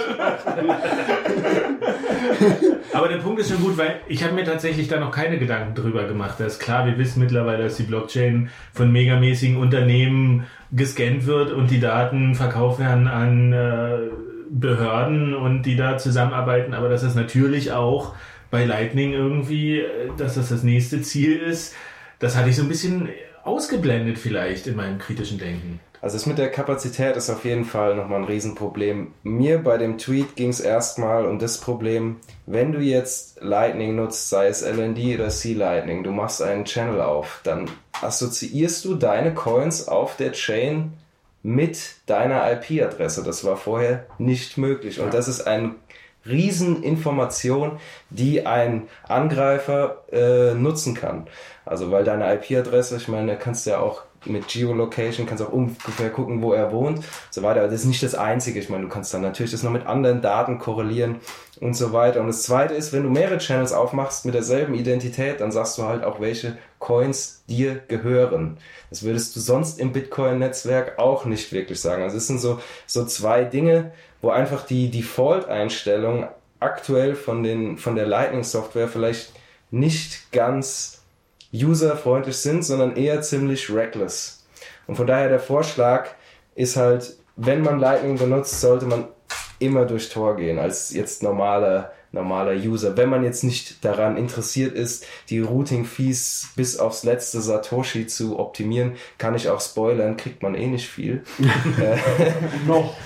Aber der Punkt ist schon gut, weil ich habe mir tatsächlich da noch keine Gedanken drüber gemacht. Das ist klar, wir wissen mittlerweile, dass die Blockchain von megamäßigen Unternehmen gescannt wird und die Daten verkauft werden an Behörden und die da zusammenarbeiten. Aber dass das natürlich auch bei Lightning irgendwie, dass das nächste Ziel ist, das hatte ich so ein bisschen ausgeblendet vielleicht in meinem kritischen Denken. Also das mit der Kapazität ist auf jeden Fall nochmal ein Riesenproblem. Mir bei dem Tweet ging es erstmal um das Problem, wenn du jetzt Lightning nutzt, sei es LND oder C-Lightning, du machst einen Channel auf, dann assoziierst du deine Coins auf der Chain mit deiner IP-Adresse. Das war vorher nicht möglich. Und das ist eine Rieseninformation, die ein Angreifer nutzen kann. Also weil deine IP-Adresse, ich meine, da kannst du ja auch mit Geolocation, kannst auch ungefähr gucken, wo er wohnt und so weiter. Aber das ist nicht das Einzige. Ich meine, du kannst dann natürlich das noch mit anderen Daten korrelieren und so weiter. Und das Zweite ist, wenn du mehrere Channels aufmachst mit derselben Identität, dann sagst du halt auch, welche Coins dir gehören. Das würdest du sonst im Bitcoin-Netzwerk auch nicht wirklich sagen. Also es sind so zwei Dinge, wo einfach die Default-Einstellungen aktuell von der Lightning-Software vielleicht nicht ganz userfreundlich sind, sondern eher ziemlich reckless. Und von daher der Vorschlag ist halt, wenn man Lightning benutzt, sollte man immer durch Tor gehen, als jetzt normaler User. Wenn man jetzt nicht daran interessiert ist, die Routing-Fees bis aufs letzte Satoshi zu optimieren, kann ich auch spoilern, kriegt man eh nicht viel. Noch.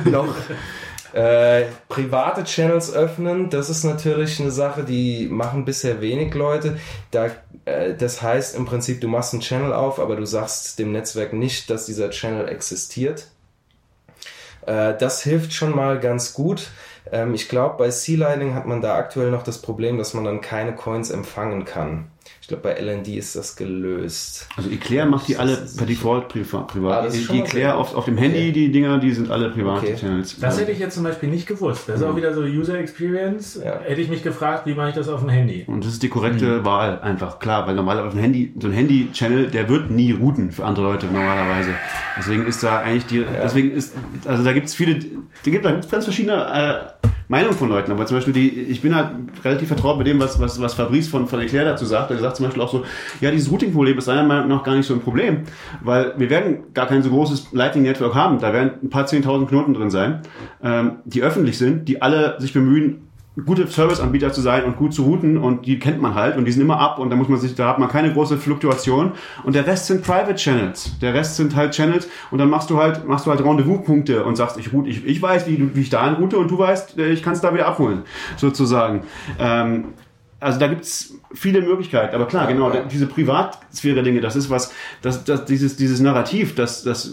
Private Channels öffnen, das ist natürlich eine Sache, die machen bisher wenig Leute. Das heißt im Prinzip, du machst einen Channel auf, aber du sagst dem Netzwerk nicht, dass dieser Channel existiert. Das hilft schon mal ganz gut. Ich glaube, bei C-Lightning hat man da aktuell noch das Problem, dass man dann keine Coins empfangen kann. Ich glaube, bei LND ist das gelöst. Also Eclair macht die alle per Default privat. Eclair auf dem Handy, okay. Die Dinger, die sind alle private Channels. Das hätte ich jetzt zum Beispiel nicht gewusst. Das ist auch wieder so User Experience. Ja. Hätte ich mich gefragt, wie mache ich das auf dem Handy? Und das ist die korrekte Wahl einfach, klar, weil normalerweise auf dem Handy, so ein Handy-Channel, der wird nie routen für andere Leute normalerweise. Deswegen ist da eigentlich da gibt es ganz verschiedene Meinung von Leuten, aber zum Beispiel ich bin halt relativ vertraut mit dem, was Fabrice von Eclair dazu sagt. Er sagt zum Beispiel auch so, ja, dieses Routing-Problem ist seiner Meinung nach gar nicht so ein Problem, weil wir werden gar kein so großes Lightning-Network haben. Da werden ein paar 10.000 Knoten drin sein, die öffentlich sind, die alle sich bemühen, gute Serviceanbieter zu sein und gut zu routen, und die kennt man halt und die sind immer up und da hat man keine große Fluktuation, und der Rest sind Private Channels. Der Rest sind halt Channels, und dann machst du halt Rendezvous-Punkte und sagst, ich weiß, wie ich da route, und du weißt, ich kann es da wieder abholen, sozusagen. Also da gibt's viele Möglichkeiten, aber klar, genau, diese Privatsphäre-Dinge, das ist was, dieses Narrativ, dass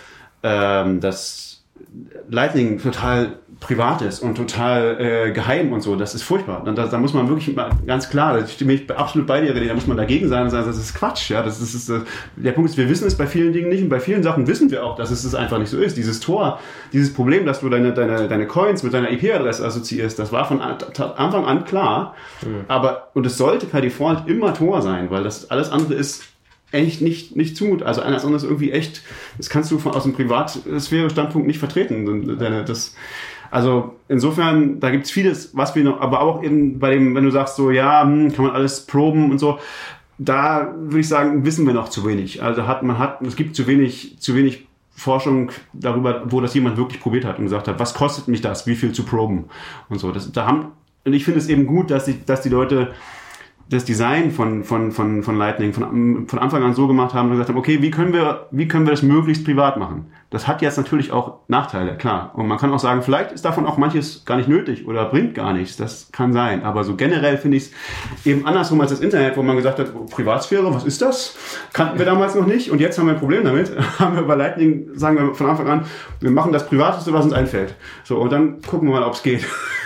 Lightning total privat ist und total geheim und so, das ist furchtbar. Da muss man wirklich ganz klar, da stimme ich absolut bei dir, René, da muss man dagegen sein und sagen, das ist Quatsch. Ja, der Punkt ist, wir wissen es bei vielen Dingen nicht, und bei vielen Sachen wissen wir auch, dass es einfach nicht so ist. Dieses Tor, dieses Problem, dass du deine Coins mit deiner IP-Adresse assoziierst, das war von Anfang an klar, und es sollte per Default immer Tor sein, weil das alles andere ist echt nicht zumut. Also alles andere ist irgendwie echt, das kannst du aus dem Privatsphäre-Standpunkt nicht vertreten. Also insofern, da gibt's vieles, was wir noch, aber auch eben bei dem, wenn du sagst so, ja, kann man alles proben und so, da würde ich sagen, wissen wir noch zu wenig. Also es gibt zu wenig Forschung darüber, wo das jemand wirklich probiert hat und gesagt hat, was kostet mich das, wie viel zu proben und so. Und ich finde es eben gut, dass die Leute das Design von Lightning von Anfang an so gemacht haben und gesagt haben, okay, wie können wir das möglichst privat machen? Das hat jetzt natürlich auch Nachteile, klar. Und man kann auch sagen, vielleicht ist davon auch manches gar nicht nötig oder bringt gar nichts. Das kann sein. Aber so generell finde ich es eben andersrum als das Internet, wo man gesagt hat, Privatsphäre, was ist das? Kannten wir damals noch nicht. Und jetzt haben wir ein Problem damit. Haben wir bei Lightning, sagen wir von Anfang an, wir machen das Privateste, was uns einfällt. So, und dann gucken wir mal, ob es geht.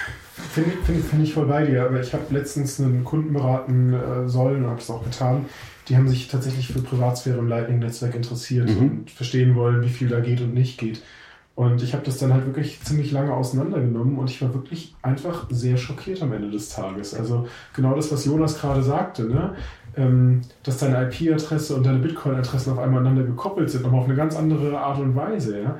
Finde ich voll bei dir, aber ich habe letztens einen Kunden beraten sollen und habe es auch getan. Die haben sich tatsächlich für Privatsphäre im Lightning-Netzwerk interessiert und verstehen wollen, wie viel da geht und nicht geht. Und ich habe das dann halt wirklich ziemlich lange auseinandergenommen und ich war wirklich einfach sehr schockiert am Ende des Tages. Also genau das, was Jonas gerade sagte, ne? Dass deine IP-Adresse und deine Bitcoin-Adressen auf einmal aneinander gekoppelt sind, aber auf eine ganz andere Art und Weise. Ja?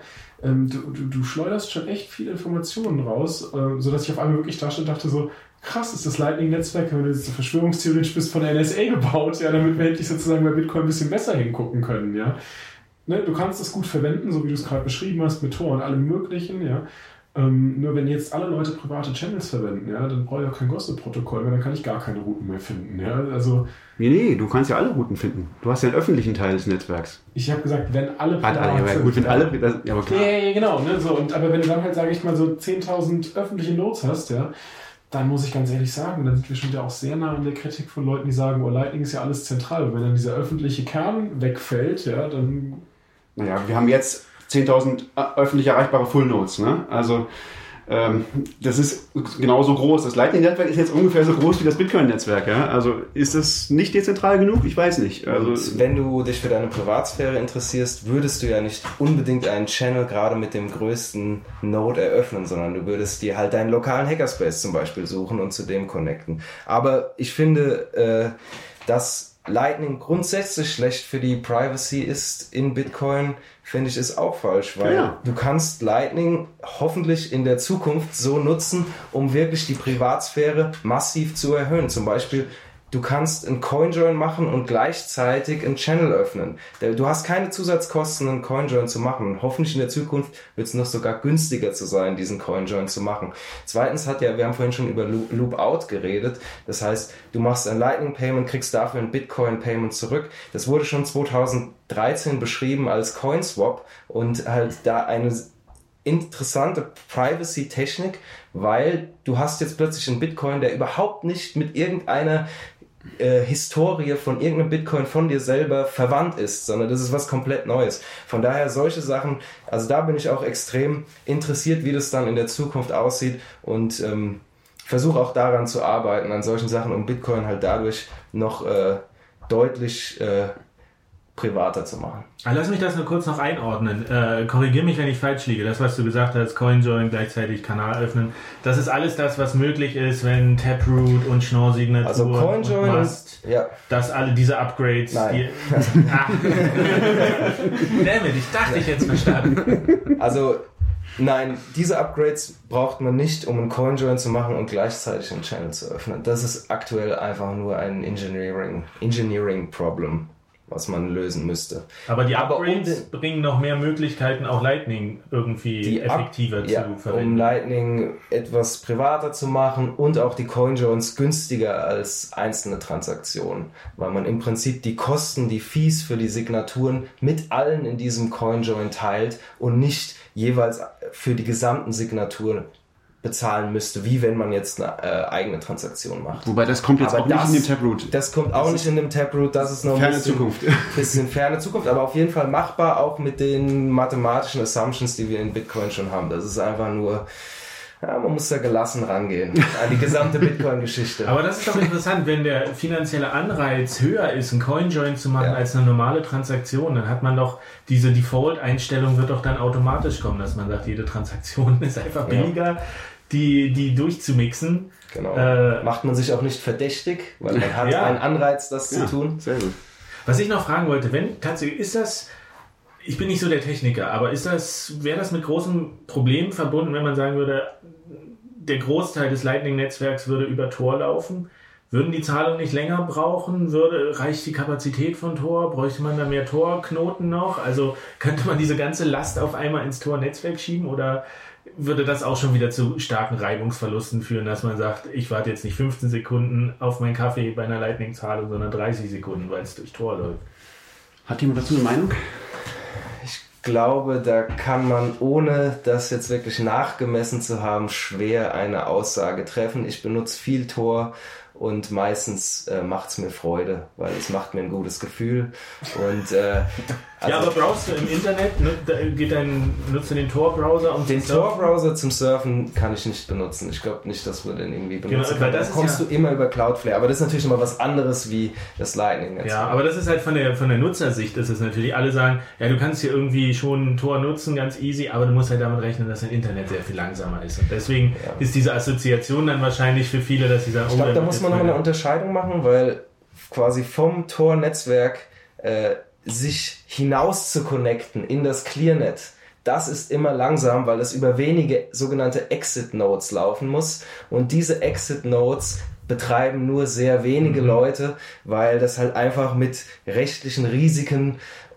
Du schleuderst schon echt viele Informationen raus, sodass ich auf einmal wirklich da stand und dachte so, krass, ist das Lightning-Netzwerk, wenn du jetzt verschwörungstheoretisch bist, von der NSA gebaut, ja, damit wir endlich sozusagen bei Bitcoin ein bisschen besser hingucken können. Ja? Ne? Du kannst es gut verwenden, so wie du es gerade beschrieben hast, mit Tor und allem Möglichen, ja. Nur wenn jetzt alle Leute private Channels verwenden, ja, dann brauche ich auch kein Gossip-Protokoll mehr, dann kann ich gar keine Routen mehr finden. Ja? Also, Nee, du kannst ja alle Routen finden. Du hast ja einen öffentlichen Teil des Netzwerks. ich habe gesagt, wenn alle Gut, wenn alle... Ja, aber klar. Ja, genau. Ne, so, aber wenn du dann halt, sage ich mal, so 10.000 öffentliche Nodes hast, ja, dann muss ich ganz ehrlich sagen, dann sind wir schon wieder auch sehr nah an der Kritik von Leuten, die sagen, oh, Lightning ist ja alles zentral. Und wenn dann dieser öffentliche Kern wegfällt, ja, dann... Naja, wir haben jetzt 10.000 öffentlich erreichbare Full Nodes, ne? Also das ist genauso groß. Das Lightning-Netzwerk ist jetzt ungefähr so groß wie das Bitcoin-Netzwerk, ja? Also ist das nicht dezentral genug? Ich weiß nicht. Also, und wenn du dich für deine Privatsphäre interessierst, würdest du ja nicht unbedingt einen Channel gerade mit dem größten Node eröffnen, sondern du würdest dir halt deinen lokalen Hackerspace zum Beispiel suchen und zu dem connecten. Aber ich finde, dass Lightning grundsätzlich schlecht für die Privacy ist in Bitcoin, finde ich, ist auch falsch, weil du kannst Lightning hoffentlich in der Zukunft so nutzen, um wirklich die Privatsphäre massiv zu erhöhen. Zum Beispiel, du kannst einen CoinJoin machen und gleichzeitig einen Channel öffnen. Du hast keine Zusatzkosten, einen CoinJoin zu machen. Hoffentlich in der Zukunft wird es noch sogar günstiger zu sein, diesen CoinJoin zu machen. Zweitens wir haben vorhin schon über Loop-Out geredet. Das heißt, du machst ein Lightning-Payment, kriegst dafür ein Bitcoin-Payment zurück. Das wurde schon 2013 beschrieben als CoinSwap und halt da eine interessante Privacy-Technik, weil du hast jetzt plötzlich einen Bitcoin, der überhaupt nicht mit irgendeiner Historie von irgendeinem Bitcoin von dir selber verwandt ist, sondern das ist was komplett Neues. Von daher solche Sachen, also da bin ich auch extrem interessiert, wie das dann in der Zukunft aussieht und versuche auch daran zu arbeiten, an solchen Sachen, um Bitcoin halt dadurch noch deutlich privater zu machen. Lass mich das nur kurz noch einordnen. Korrigier mich, wenn ich falsch liege. Das, was du gesagt hast, CoinJoin, gleichzeitig Kanal öffnen, das ist alles das, was möglich ist, wenn Taproot und Schnorr-Signatur also CoinJoin und Must, dass alle diese Upgrades... Nein. Damit, ich dachte, ich hätte es verstanden. Also, nein, diese Upgrades braucht man nicht, um einen CoinJoin zu machen und gleichzeitig einen Channel zu öffnen. Das ist aktuell einfach nur ein Engineering-Problem, was man lösen müsste. Aber die Upgrades bringen noch mehr Möglichkeiten, auch Lightning irgendwie effektiver zu verwenden. Um Lightning etwas privater zu machen und auch die CoinJoins günstiger als einzelne Transaktionen, weil man im Prinzip die Kosten, die Fees für die Signaturen mit allen in diesem CoinJoin teilt und nicht jeweils für die gesamten Signaturen bezahlen müsste, wie wenn man jetzt eine eigene Transaktion macht. Wobei das kommt jetzt auch nicht in dem Taproot. Das kommt auch nicht in dem Taproot, das ist noch ferne Zukunft. Bisschen ferne Zukunft, aber auf jeden Fall machbar, auch mit den mathematischen Assumptions, die wir in Bitcoin schon haben. Das ist einfach nur, man muss da gelassen rangehen an die gesamte Bitcoin-Geschichte. Aber das ist doch interessant, wenn der finanzielle Anreiz höher ist, einen CoinJoin zu machen als eine normale Transaktion, dann hat man doch diese Default-Einstellung wird doch dann automatisch kommen, dass man sagt, jede Transaktion ist einfach billiger. Die durchzumixen. Genau. Macht man sich auch nicht verdächtig, weil man hat einen Anreiz, das zu tun. Sehr gut. Was ich noch fragen wollte, wenn tatsächlich ist das, ich bin nicht so der Techniker, aber wäre das mit großen Problemen verbunden, wenn man sagen würde, der Großteil des Lightning-Netzwerks würde über Tor laufen? Würden die Zahlungen nicht länger brauchen? Reicht die Kapazität von Tor? Bräuchte man da mehr Tor-Knoten noch? Also könnte man diese ganze Last auf einmal ins Tor-Netzwerk schieben oder würde das auch schon wieder zu starken Reibungsverlusten führen, dass man sagt, ich warte jetzt nicht 15 Sekunden auf meinen Kaffee bei einer Lightning-Zahlung, sondern 30 Sekunden, weil es durch Tor läuft. Hat jemand dazu eine Meinung? Ich glaube, da kann man, ohne das jetzt wirklich nachgemessen zu haben, schwer eine Aussage treffen. Ich benutze viel Tor und meistens macht es mir Freude, weil es macht mir ein gutes Gefühl. Und aber brauchst du im Internet, nutzt du den Tor-Browser? Den Tor-Browser zum Surfen kann ich nicht benutzen. Ich glaube nicht, dass man den irgendwie benutzen kann. Da kommst du immer über Cloudflare. Aber das ist natürlich immer was anderes wie das Lightning. Ja, aber das ist halt von der Nutzersicht, das ist natürlich, alle sagen, ja, du kannst hier irgendwie schon Tor nutzen, ganz easy, aber du musst halt damit rechnen, dass dein Internet sehr viel langsamer ist. Und deswegen ist diese Assoziation dann wahrscheinlich für viele, dass sie sagen, ich glaube, da muss man noch eine Unterscheidung machen, weil quasi vom Tor-Netzwerk sich hinaus zu connecten in das ClearNet, das ist immer langsam, weil es über wenige sogenannte Exit-Nodes laufen muss und diese Exit-Nodes betreiben nur sehr wenige Leute, weil das halt einfach mit rechtlichen Risiken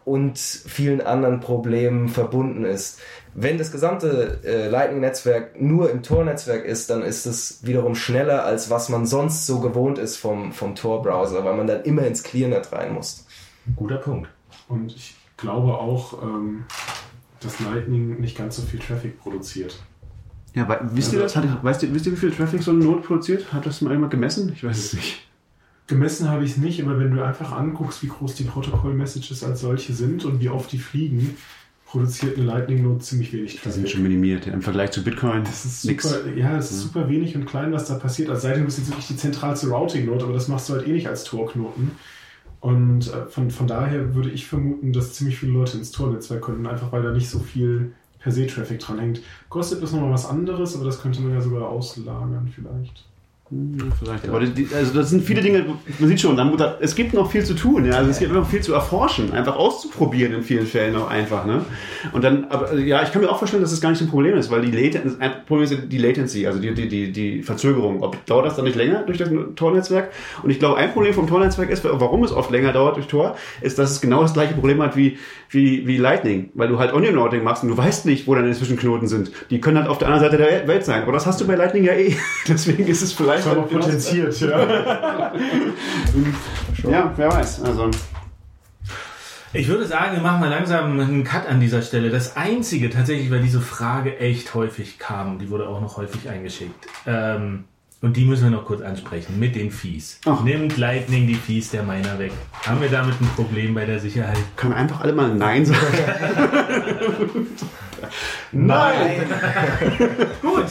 und vielen anderen Problemen verbunden ist. Wenn das gesamte Lightning-Netzwerk nur im Tor-Netzwerk ist, dann ist es wiederum schneller, als was man sonst so gewohnt ist vom Tor-Browser, weil man dann immer ins Clearnet rein muss. Guter Punkt. Und ich glaube auch, dass Lightning nicht ganz so viel Traffic produziert. Ja, wisst ihr das? Wisst ihr, wie viel Traffic so eine Node produziert? Hat das mal jemand gemessen? Ich weiß es nicht. Gemessen habe ich es nicht, aber wenn du einfach anguckst, wie groß die Protokoll-Messages als solche sind und wie oft die fliegen, produziert eine Lightning-Node ziemlich wenig Traffic. Die sind schon minimiert, ja. Im Vergleich zu Bitcoin. Das ist super, es ist super wenig und klein, was da passiert. Also seitdem ist jetzt wirklich die zentralste Routing-Node, aber das machst du halt eh nicht als Tor-Knoten. Und von daher würde ich vermuten, dass ziemlich viele Leute ins Tor-Netzwerk könnten, einfach weil da nicht so viel per se Traffic dran hängt. Gossip ist nochmal was anderes, aber das könnte man ja sogar auslagern vielleicht. Vielleicht, aber also das sind viele Dinge, man sieht schon, es gibt noch viel zu tun, ja? Also es gibt noch viel zu erforschen, einfach auszuprobieren in vielen Fällen auch einfach, ne? Und dann, aber ja, ich kann mir auch vorstellen, dass das gar nicht ein Problem ist, weil Problem ist die Latency, also die Verzögerung. Dauert das dann nicht länger durch das Tor-Netzwerk? Und ich glaube, ein Problem vom Tor-Netzwerk ist, warum es oft länger dauert durch Tor, ist, dass es genau das gleiche Problem hat wie Lightning, weil du halt Onion Routing machst und du weißt nicht, wo deine Zwischenknoten sind. Die können halt auf der anderen Seite der Welt sein, aber das hast du bei Lightning ja eh. Deswegen ist es vielleicht aber potenziert, ja. Ja, wer weiß. Also. Ich würde sagen, wir machen mal langsam einen Cut an dieser Stelle. Das Einzige tatsächlich, weil diese Frage echt häufig kam, die wurde auch noch häufig eingeschickt. Und die müssen wir noch kurz ansprechen, mit den Fees. Ach. Nimmt Lightning die Fees der Miner weg? Haben wir damit ein Problem bei der Sicherheit? Können einfach alle mal Nein sagen? Nein! Gut!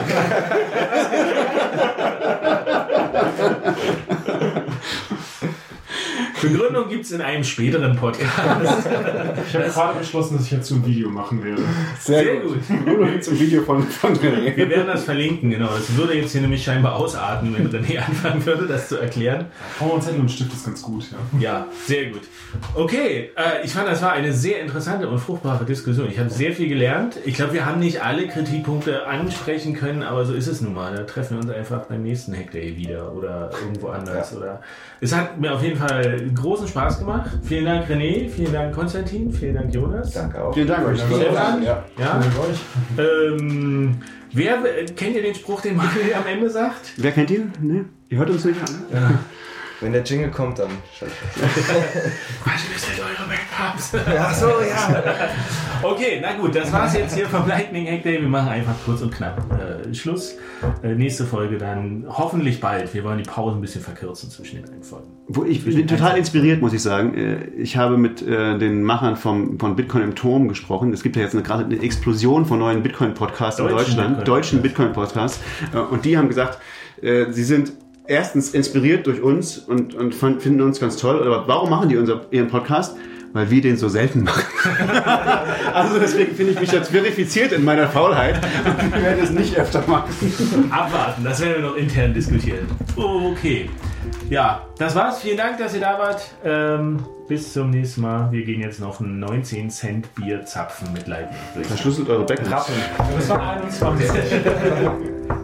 Begründung gibt es in einem späteren Podcast. Ich habe gerade beschlossen, dass ich jetzt so ein Video machen werde. Sehr gut. Begründung gibt es ein Video von René. Wir werden das verlinken, genau. Das würde jetzt hier nämlich scheinbar ausarten, wenn René anfangen würde, das zu erklären. Brauchen Zettel und Stift ist ganz gut, ja. Ja, sehr gut. Okay, ich fand, das war eine sehr interessante und fruchtbare Diskussion. Ich habe sehr viel gelernt. Ich glaube, wir haben nicht alle Kritikpunkte ansprechen können, aber so ist es nun mal. Da treffen wir uns einfach beim nächsten Hackday wieder oder irgendwo anders. Ja. Oder es hat mir auf jeden Fall großen Spaß gemacht. Vielen Dank, René. Vielen Dank, Konstantin. Vielen Dank, Jonas. Danke auch. Vielen Dank euch. Stefan. Ja. Kennt ihr den Spruch, den Michael am Ende sagt? Wer kennt ihn? Nee? Ihr hört uns nicht an. Ja. Wenn der Jingle kommt, dann Was ist eure Backups? Ach so, ja. Okay, na gut, das war's jetzt hier vom Lightning Hack Day. Wir machen einfach kurz und knapp Schluss. Nächste Folge dann hoffentlich bald. Wir wollen die Pause ein bisschen verkürzen zwischen den Folgen. Ich bin total inspiriert, muss ich sagen. Ich habe mit den Machern von Bitcoin im Turm gesprochen. Es gibt ja jetzt gerade eine Explosion von neuen Bitcoin-Podcasts in Deutschland, deutschen Bitcoin-Podcasts. Und die haben gesagt, sie sind erstens inspiriert durch uns und finden uns ganz toll. Aber warum machen die ihren Podcast? Weil wir den so selten machen. Also deswegen finde ich mich jetzt verifiziert in meiner Faulheit und wir werden es nicht öfter machen. Abwarten, das werden wir noch intern diskutieren. Okay. Ja, das war's. Vielen Dank, dass ihr da wart. Bis zum nächsten Mal. Wir gehen jetzt noch ein 19 Cent Bier zapfen mit Lightning. Verschlüsselt eure Becken. Das war 21.